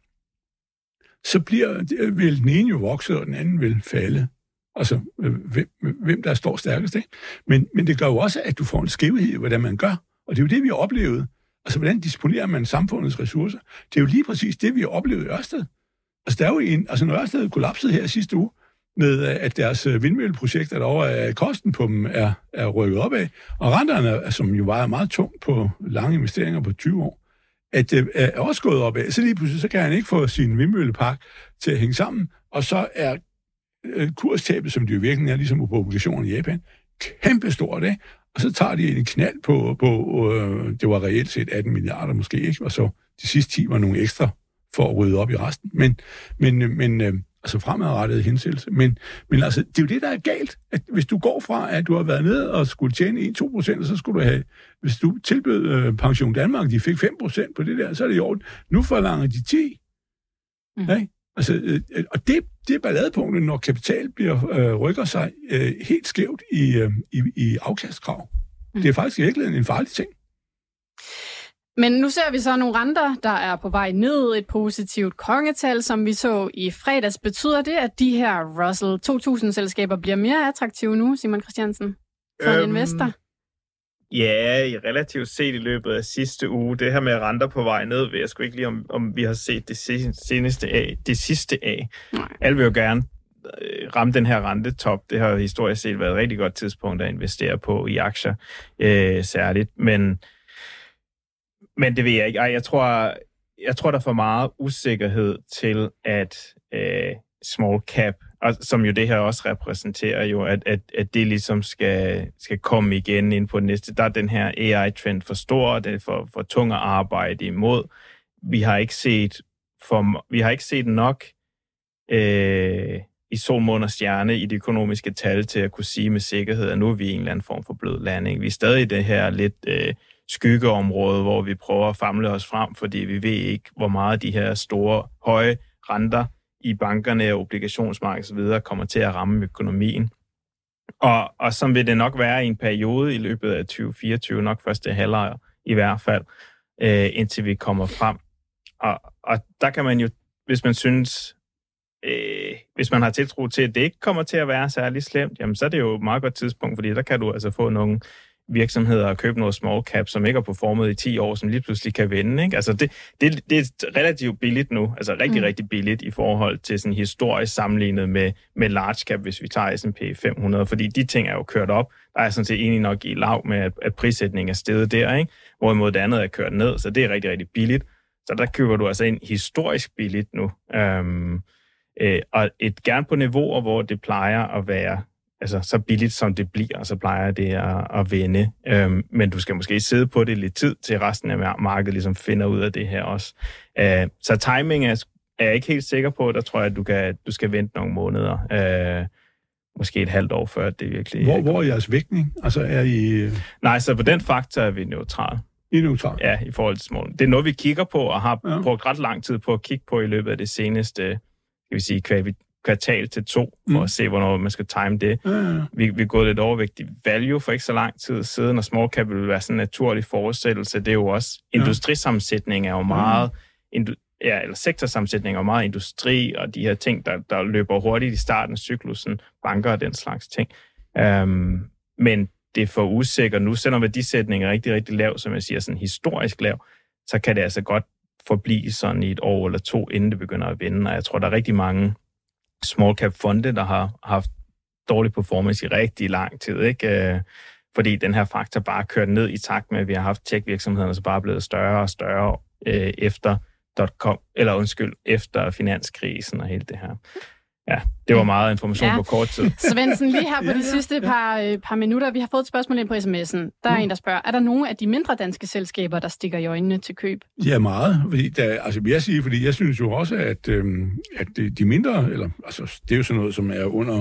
så bliver, vil den ene jo vokse, og den anden vil falde. Altså, hvem, hvem der står stærkest, ikke? Men, men det gør jo også, at du får en skævhed i, hvordan man gør. Og det er jo det, vi har oplevet. Altså, hvordan disponerer man samfundets ressourcer? Det er jo lige præcis det, vi har oplevet i Ørsted. Altså, der er jo en... Altså, når Ørsted kollapsede her sidste uge, med at deres vindmølleprojekter derovre, at kosten på dem er, er rykket opad, og renterne, som jo vejer meget tungt på lange investeringer på tyve år, at det er også gået opad. Så lige pludselig, så kan han ikke få sin vindmøllepark til at hænge sammen, og så er kurstabet, som det jo virkelig er, ligesom på obligationer i Japan, kæmpestort, ikke? Og så tager de en knald på, på øh, det var reelt set atten milliarder måske, ikke? Og så de sidste ti var nogle ekstra for at rydde op i resten. Men, men, men øh, altså fremadrettet hensættelse. Men, men altså, det er jo det, der er galt. At hvis du går fra, at du har været nede og skulle tjene en til to procent, så skulle du have, hvis du tilbød øh, Pension Danmark, de fik fem procent på det der, så er det i orden. Nu forlanger de ti. Mm. Ikke? Altså, øh, og det, det er balladepunktet, når kapital bliver, øh, rykker sig øh, helt skævt i, øh, i, i afkastkrav. Mm. Det er faktisk virkelig en farlig ting. Men nu ser vi så nogle renter, der er på vej ned. Et positivt kongetal, som vi så i fredags. Betyder det, at de her Russell to tusind-selskaber bliver mere attraktive nu, Simon Christiansen, for øhm, en investor? Ja, i relativt set i løbet af sidste uge. Det her med renter på vej ned, ved jeg sgu ikke lige, om, om vi har set det seneste af, det sidste af. Nej. Alle vil jo gerne øh, ramme den her rentetop. Det har historisk set været et rigtig godt tidspunkt at investere på i aktier, øh, særligt. Men, men det ved jeg ikke. Ej, jeg tror, jeg tror, der er for meget usikkerhed til, at øh, small cap og som jo det her også repræsenterer jo, at, at, at det ligesom skal, skal komme igen ind på det næste. Der er den her A I-trend for stor, det er for, for tung at arbejde imod. Vi har ikke set, for, vi har ikke set nok øh, i sol, måne og stjerne i de økonomiske tal til at kunne sige med sikkerhed, at nu er vi i en eller anden form for blød landing. Vi er stadig i det her lidt øh, skyggeområde, hvor vi prøver at famle os frem, fordi vi ved ikke, hvor meget de her store, høje renter i bankerne og obligationsmarkedet osv. kommer til at ramme økonomien. Og, og så vil det nok være i en periode i løbet af tyve fireogtyve, nok første halvår i hvert fald, øh, indtil vi kommer frem. Og, og der kan man jo, hvis man synes, øh, hvis man har tiltro til, at det ikke kommer til at være særlig slemt, jamen så er det jo et meget godt tidspunkt, fordi der kan du altså få nogle virksomheder og købe noget small cap, som ikke har performet i ti år, som lige pludselig kan vinde. Ikke? Altså det, det, det er relativt billigt nu, altså rigtig, mm. rigtig billigt i forhold til sådan historisk sammenlignet med, med large cap, hvis vi tager S and P fem hundrede, fordi de ting er jo kørt op. Der er sådan set enig nok i lav med, at, at prissætningen er steget der, ikke? Hvorimod det andet er kørt ned, så det er rigtig, rigtig billigt. Så der køber du altså ind historisk billigt nu. Øhm, øh, og et gerne på niveauer, hvor det plejer at være altså så billigt som det bliver, så plejer det at, at vende. Øhm, men du skal måske sidde på det lidt tid, til resten af markedet ligesom finder ud af det her også. Øh, så timing er, er jeg ikke helt sikker på. Der tror jeg, at du, kan, du skal vente nogle måneder. Øh, måske et halvt år før det virkelig... Hvor, hvor er jeres vægtning? Altså er I... Nej, så på den faktor er vi neutrale. I er neutrale? Ja, i forhold til små. Det er noget, vi kigger på og har ja. brugt ret lang tid på at kigge på i løbet af det seneste, skal vi sige, kvartal til to, for mm. at se, hvornår man skal time det. Ja, ja. Vi, vi er gået lidt overvægt i value for ikke så lang tid siden, og small cap vil være sådan en naturlig forudsættelse. Det er jo også, ja. industrisammensætning er jo meget, ja. indu- ja, eller sektorsammensætning er jo meget industri, og de her ting, der, der løber hurtigt i starten af cyklusen, banker og den slags ting. Um, men det er for usikkert nu, selvom værdisætningen er rigtig, rigtig lav, som jeg siger, sådan historisk lav, så kan det altså godt forblive sådan i et år eller to, inden det begynder at vinde, og jeg tror, der er rigtig mange small cap fonde, der har haft dårlig performance i rigtig lang tid, ikke? Fordi den her faktor bare kørt ned i takt med, at vi har haft tech-virksomhederne, så bare blevet større og større øh, efter dot-com, eller undskyld, efter finanskrisen og hele det her. Ja, det var meget information ja. på kort tid. Svendsen, lige her på de sidste par, øh, par minutter, vi har fået et spørgsmål ind på sms'en. Der er mm. en, der spørger, er der nogle af de mindre danske selskaber, der stikker i øjnene til køb? Ja, meget. Fordi der, altså, jeg siger, fordi jeg synes jo også, at, øhm, at de mindre, eller altså, det er jo sådan noget, som er under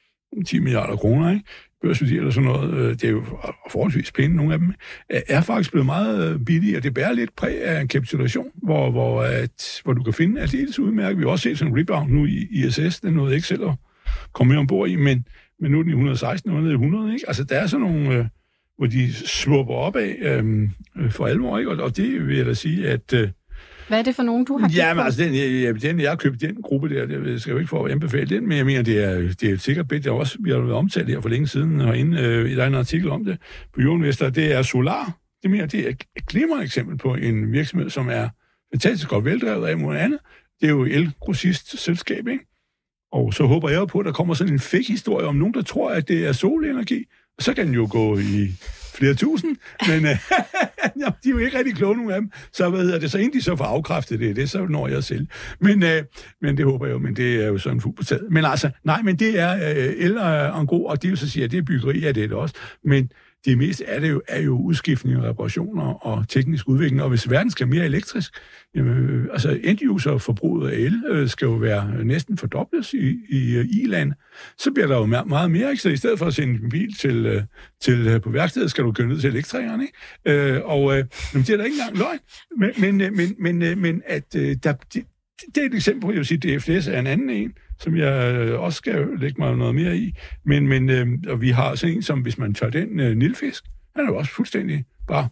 ti milliarder kroner, ikke? Børsværdi eller sådan noget, det er jo forholdsvis pæne, nogle af dem, er faktisk blevet meget billige, og det bærer lidt præg af en kapitulation, hvor, hvor, at, hvor du kan finde aldeles udmærket. Vi har også set sådan en rebound nu i I S S, den nåede ikke selv at komme med ombord i, men, men nu er den i et hundrede og seksten, nu er den i hundrede, ikke? Altså, der er sådan nogle, øh, hvor de svupper op af øh, for alvor, ikke? Og, og det vil jeg da sige, at... Øh, Hvad er det for nogen, du har kigget ja, men på? altså, den, jeg, den, jeg har købt den gruppe der, det skal jo ikke for at anbefale den, men jeg mener, det er, det er et sikkert bedt, også, vi har været omtalt her for længe siden, og inde, øh, der er en artikel om det på Euroinvestor, det er Solar. Det mener, det er et glimrende eksempel på en virksomhed, som er fantastisk godt veldrevet af mod andet. Det er jo el-grossist-selskab, ikke? Og så håber jeg jo på, at der kommer sådan en fake-historie om nogen, der tror, at det er solenergi, og så kan den jo gå i flere tusind, men øh, ja, de er jo ikke rigtig kloge, nogen af dem. Så hvad hedder det, så inden de så får afkræftet det, det så når jeg selv. Men, øh, men det håber jeg jo, men det er jo sådan fuld på taget. Men altså, nej, men det er øh, el og en god, og det er jo så siger, det er byggeri, ja, det er det også. Men det meste er det jo, er jo udskiftning og reparationer og teknisk udvikling, og hvis verden skal mere elektrisk, jamen, altså end-user-forbruget af el øh, skal jo være næsten fordobles i, i uh, I-land, så bliver der jo meget, meget mere, ikke? Så i stedet for at sende en bil til, uh, til uh, på værkstedet, skal du køre ned til elektrikeren, ikke? Uh, og uh, det er der ikke engang løgn, men, men, men, men, uh, men at uh, der, det, det er et eksempel på, jeg vil sige, at D F D S er en anden en, som jeg også skal lægge mig noget mere i. Men, men øh, og vi har sådan en, som hvis man tager den øh, nilfisk, den er jo også fuldstændig bare...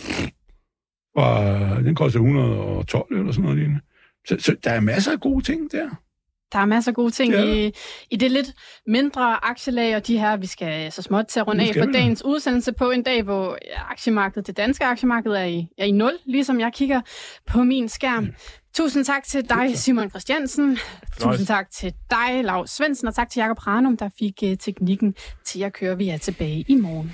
bare den koster et hundrede og tolv eller sådan noget lignende. Så, så der er masser af gode ting der. Der er masser af gode ting ja. i, i det lidt mindre aktielag, og de her, vi skal så småt til at runde af for dagens udsendelse på en dag, hvor aktiemarkedet, det danske aktiemarked er i, er i nul, ligesom jeg kigger på min skærm. Ja. Tusind tak til dig, Simon Christiansen. Tusind tak til dig, Lav Svendsen, og tak til Jakob Ranum, der fik uh, teknikken til at køre. Vi er tilbage i morgen.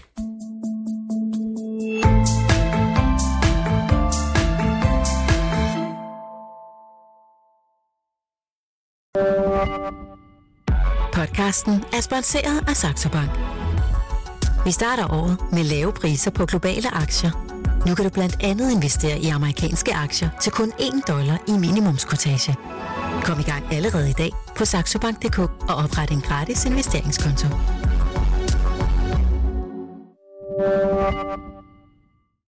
Podcasten er sponsoreret af Saxo Bank. Vi starter året med lave priser på globale aktier. Nu kan du blandt andet investere i amerikanske aktier til kun en dollar i minimumskortage. Kom i gang allerede i dag på saxobank punktum d k og opret en gratis investeringskonto.